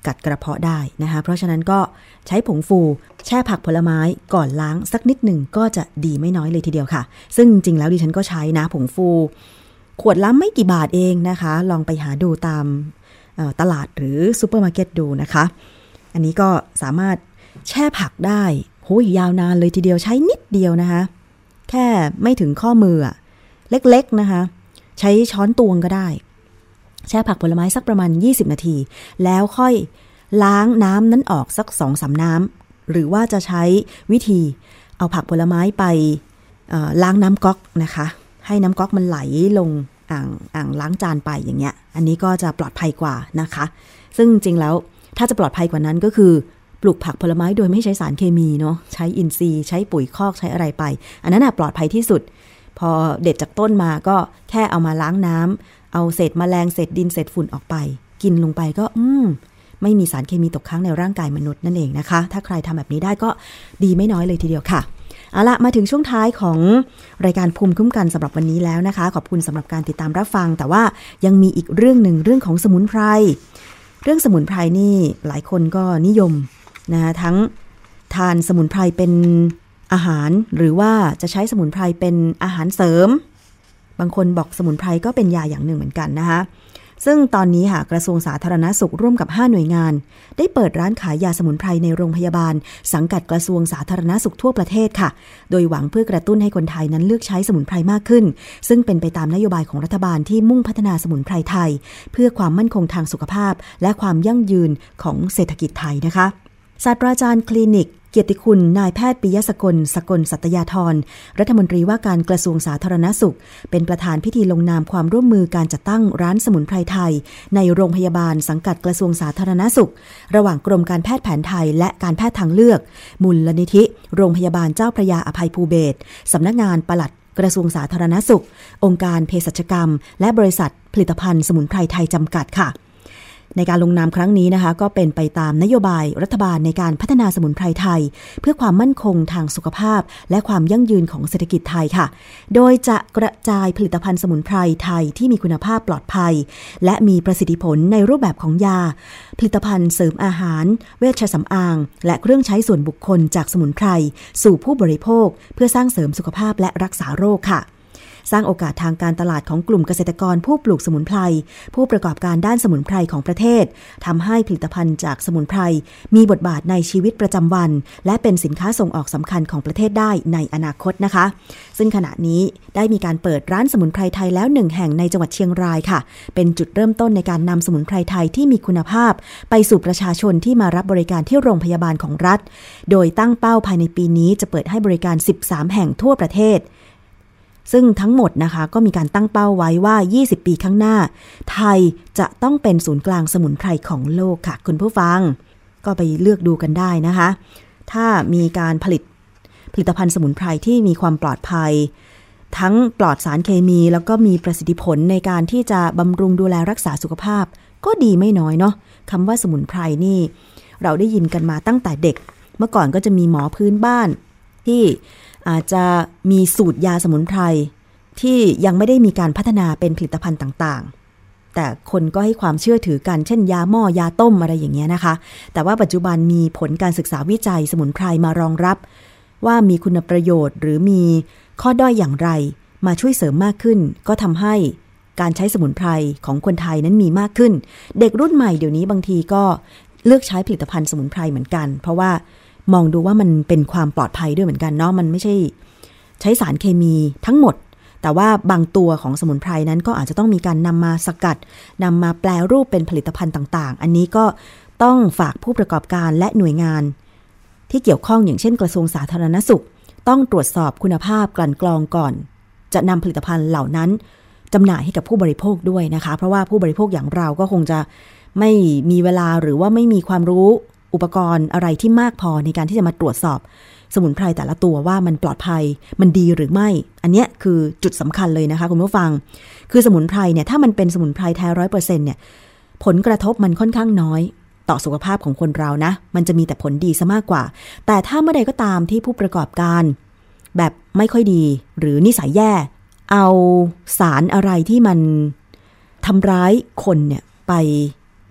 กัดกระเพาะได้นะคะเพราะฉะนั้นก็ใช้ผงฟูแช่ผักผลไม้ก่อนล้างสักนิดหนึ่งก็จะดีไม่น้อยเลยทีเดียวค่ะซึ่งจริงๆแล้วดิฉันก็ใช้นะผงฟูขวดละไม่กี่บาทเองนะคะลองไปหาดูตามตลาดหรือซูเปอร์มาร์เก็ตดูนะคะอันนี้ก็สามารถแช่ผักได้โหยาวนานเลยทีเดียวใช้นิดเดียวนะคะแค่ไม่ถึงข้อมือเล็กๆนะคะใช้ช้อนตวงก็ได้แช่ผักผลไม้สักประมาณยี่สิบนาทีแล้วค่อยล้างน้ำนั้นออกสัก สองถึงสาม น้ำหรือว่าจะใช้วิธีเอาผักผลไม้ไปล้างน้ำก๊อกนะคะให้น้ำก๊อกมันไหลลงอ่างอ่างล้างจานไปอย่างเงี้ยอันนี้ก็จะปลอดภัยกว่านะคะซึ่งจริงแล้วถ้าจะปลอดภัยกว่านั้นก็คือปลูกผักผลไม้โดยไม่ใช้สารเคมีเนาะใช้อินทรีย์ใช้ปุ๋ยคอกใช้อะไรไปอันนั้นน่ะปลอดภัยที่สุดพอเด็ดจากต้นมาก็แค่เอามาล้างน้ำเอาเศษแมลงเศษดินเศษฝุ่นออกไปกินลงไปก็อืมไม่มีสารเคมีตกค้างในร่างกายมนุษย์นั่นเองนะคะถ้าใครทำแบบนี้ได้ก็ดีไม่น้อยเลยทีเดียวค่ะเอาละมาถึงช่วงท้ายของรายการภูมิคุ้มกันสำหรับวันนี้แล้วนะคะขอบคุณสำหรับการติดตามรับฟังแต่ว่ายังมีอีกเรื่องหนึ่งเรื่องของสมุนไพรเรื่องสมุนไพรนี่หลายคนก็นิยมนะคะทั้งทานสมุนไพรเป็นอาหารหรือว่าจะใช้สมุนไพรเป็นอาหารเสริมบางคนบอกสมุนไพรก็เป็นยาอย่างหนึ่งเหมือนกันนะคะซึ่งตอนนี้ค่ะกระทรวงสาธารณสุขร่วมกับห้าหน่วยงานได้เปิดร้านขายยาสมุนไพรในโรงพยาบาลสังกัดกระทรวงสาธารณสุขทั่วประเทศค่ะโดยหวังเพื่อกระตุ้นให้คนไทยนั้นเลือกใช้สมุนไพรมากขึ้นซึ่งเป็นไปตามนโยบายของรัฐบาลที่มุ่งพัฒนาสมุนไพรไทยเพื่อความมั่นคงทางสุขภาพและความยั่งยืนของเศรษฐกิจไทยนะคะศาสตราจารย์คลินิกเกียรติคุณนายแพทย์ปิยสกลสกลสัตยาธรรัฐมนตรีว่าการกระทรวงสาธารณสุขเป็นประธานพิธีลงนามความร่วมมือการจัดตั้งร้านสมุนไพรไทยในโรงพยาบาลสังกัดกระทรวงสาธารณสุขระหว่างกรมการแพทย์แผนไทยและการแพทย์ทางเลือกมูลนิธิโรงพยาบาลเจ้าพระยาอภัยภูเบศรสำนักงานปลัดกระทรวงสาธารณสุของค์การเภสัชกรรมและบริษัทผลิตภัณฑ์สมุนไพรไทยจำกัดค่ะในการลงนามครั้งนี้นะคะก็เป็นไปตามนโยบายรัฐบาลในการพัฒนาสมุนไพรไทยเพื่อความมั่นคงทางสุขภาพและความยั่งยืนของเศรษฐกิจไทยค่ะโดยจะกระจายผลิตภัณฑ์สมุนไพรไทยที่มีคุณภาพปลอดภัยและมีประสิทธิผลในรูปแบบของยาผลิตภัณฑ์เสริมอาหารเวชสำอางและเครื่องใช้ส่วนบุคคลจากสมุนไพรสู่ผู้บริโภคเพื่อสร้างเสริมสุขภาพและรักษาโรคค่ะสร้างโอกาสทางการตลาดของกลุ่มเกษตรกรผู้ปลูกสมุนไพรผู้ประกอบการด้านสมุนไพรของประเทศทำให้ผลิตภัณฑ์จากสมุนไพรมีบทบาทในชีวิตประจำวันและเป็นสินค้าส่งออกสำคัญของประเทศได้ในอนาคตนะคะซึ่งขณะนี้ได้มีการเปิดร้านสมุนไพรไทยแล้วหนึ่งแห่งในจังหวัดเชียงรายค่ะเป็นจุดเริ่มต้นในการนำสมุนไพรไทยที่มีคุณภาพไปสู่ประชาชนที่มารับบริการที่โรงพยาบาลของรัฐโดยตั้งเป้าภายในปีนี้จะเปิดให้บริการสิบสามแห่งทั่วประเทศซึ่งทั้งหมดนะคะก็มีการตั้งเป้าไว้ว่ายี่สิบปีข้างหน้าไทยจะต้องเป็นศูนย์กลางสมุนไพรของโลกค่ะคุณผู้ฟังก็ไปเลือกดูกันได้นะคะถ้ามีการผลิตผลิตภัณฑ์สมุนไพรที่มีความปลอดภัยทั้งปลอดสารเคมีแล้วก็มีประสิทธิผลในการที่จะบำรุงดูแลรักษาสุขภาพก็ดีไม่น้อยเนาะคำว่าสมุนไพรนี่เราได้ยินกันมาตั้งแต่เด็กเมื่อก่อนก็จะมีหมอพื้นบ้านที่อาจจะมีสูตรยาสมุนไพรที่ยังไม่ได้มีการพัฒนาเป็นผลิตภัณฑ์ต่างๆแต่คนก็ให้ความเชื่อถือกันเช่นยาหม้อยาต้มอะไรอย่างเงี้ยนะคะแต่ว่าปัจจุบันมีผลการศึกษาวิจัยสมุนไพรมารองรับว่ามีคุณประโยชน์หรือมีข้อด้อยอย่างไรมาช่วยเสริมมากขึ้นก็ทำให้การใช้สมุนไพรของคนไทยนั้นมีมากขึ้นเด็กรุ่นใหม่เดี๋ยวนี้บางทีก็เลือกใช้ผลิตภัณฑ์สมุนไพรเหมือนกันเพราะว่ามองดูว่ามันเป็นความปลอดภัยด้วยเหมือนกันเนาะมันไม่ใช่ใช้สารเคมีทั้งหมดแต่ว่าบางตัวของสมุนไพรนั้นก็อาจจะต้องมีการนำมาสกัดนำมาแปลรูปเป็นผลิตภัณฑ์ต่างๆอันนี้ก็ต้องฝากผู้ประกอบการและหน่วยงานที่เกี่ยวข้องอย่างเช่นกระทรวงสาธารณสุขต้องตรวจสอบคุณภาพกลั่นกรองก่อนจะนำผลิตภัณฑ์เหล่านั้นจำหน่ายให้กับผู้บริโภคด้วยนะคะเพราะว่าผู้บริโภคอย่างเราก็คงจะไม่มีเวลาหรือว่าไม่มีความรู้อุปกรณ์อะไรที่มากพอในการที่จะมาตรวจสอบสมุนไพรแต่ละตัวว่ามันปลอดภัยมันดีหรือไม่อันนี้คือจุดสำคัญเลยนะคะคุณผู้ฟังคือสมุนไพรเนี่ยถ้ามันเป็นสมุนไพรแท้ ร้อยเปอร์เซ็นต์ เนี่ยผลกระทบมันค่อนข้างน้อยต่อสุขภาพของคนเรานะมันจะมีแต่ผลดีซะมากกว่าแต่ถ้าเมื่อใดก็ตามที่ผู้ประกอบการแบบไม่ค่อยดีหรือนิสัยแย่เอาสารอะไรที่มันทำร้ายคนเนี่ยไป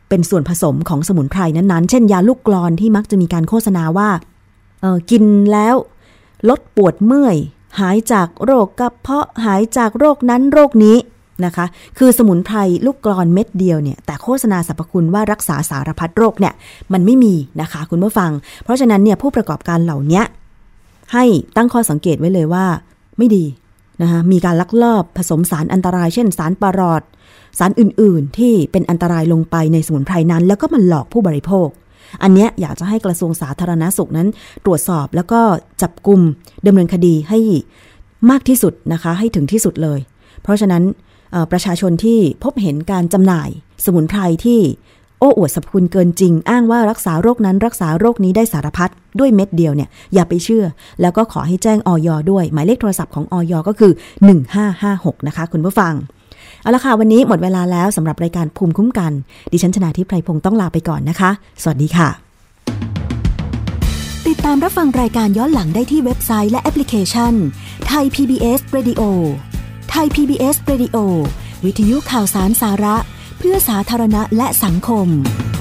เป็นส่วนผสมของสมุนไพรนั้นๆเช่นยาลูกกลอนที่มักจะมีการโฆษณาว่าเอ่อกินแล้วลดปวดเมื่อยหายจากโรคกระเพาะหายจากโรคนั้นโรคนี้นะคะคือสมุนไพรลูกกลอนเม็ดเดียวเนี่ยแต่โฆษณาสรรพคุณว่ารักษาสารพัดโรคเนี่ยมันไม่มีนะคะคุณผู้ฟังเพราะฉะนั้นเนี่ยผู้ประกอบการเหล่านี้ให้ตั้งข้อสังเกตไว้เลยว่าไม่ดีนะคะมีการลักลอบผสมสารอันตรายเช่นสารปารอดสารอื่นๆที่เป็นอันตรายลงไปในสมุนไพรนั้นแล้วก็มันหลอกผู้บริโภคอันเนี้ยอยากจะให้กระทรวงสาธารณสุขนั้นตรวจสอบแล้วก็จับกุมดำเนินคดีให้มากที่สุดนะคะให้ถึงที่สุดเลยเพราะฉะนั้นประชาชนที่พบเห็นการจำหน่ายสมุนไพรที่โอ้อวดสรรพคุณเกินจริงอ้างว่ารักษาโรคนั้นรักษาโรคนี้ได้สารพัดด้วยเม็ดเดียวเนี่ยอย่าไปเชื่อแล้วก็ขอให้แจ้งอย.ด้วยหมายเลขโทรศัพท์ของอย.ก็คือหนึ่งห้าห้าหกนะคะคุณผู้ฟังเอาละค่ะวันนี้หมดเวลาแล้วสำหรับรายการภูมิคุ้มกันดิฉันชนาธิปไพพงศ์ต้องลาไปก่อนนะคะสวัสดีค่ะติดตามรับฟังรายการย้อนหลังได้ที่เว็บไซต์และแอปพลิเคชัน Thai พี บี เอส Radio Thai พี บี เอส Radio วิทยุข่าวสารสาระเพื่อสาธารณะและสังคม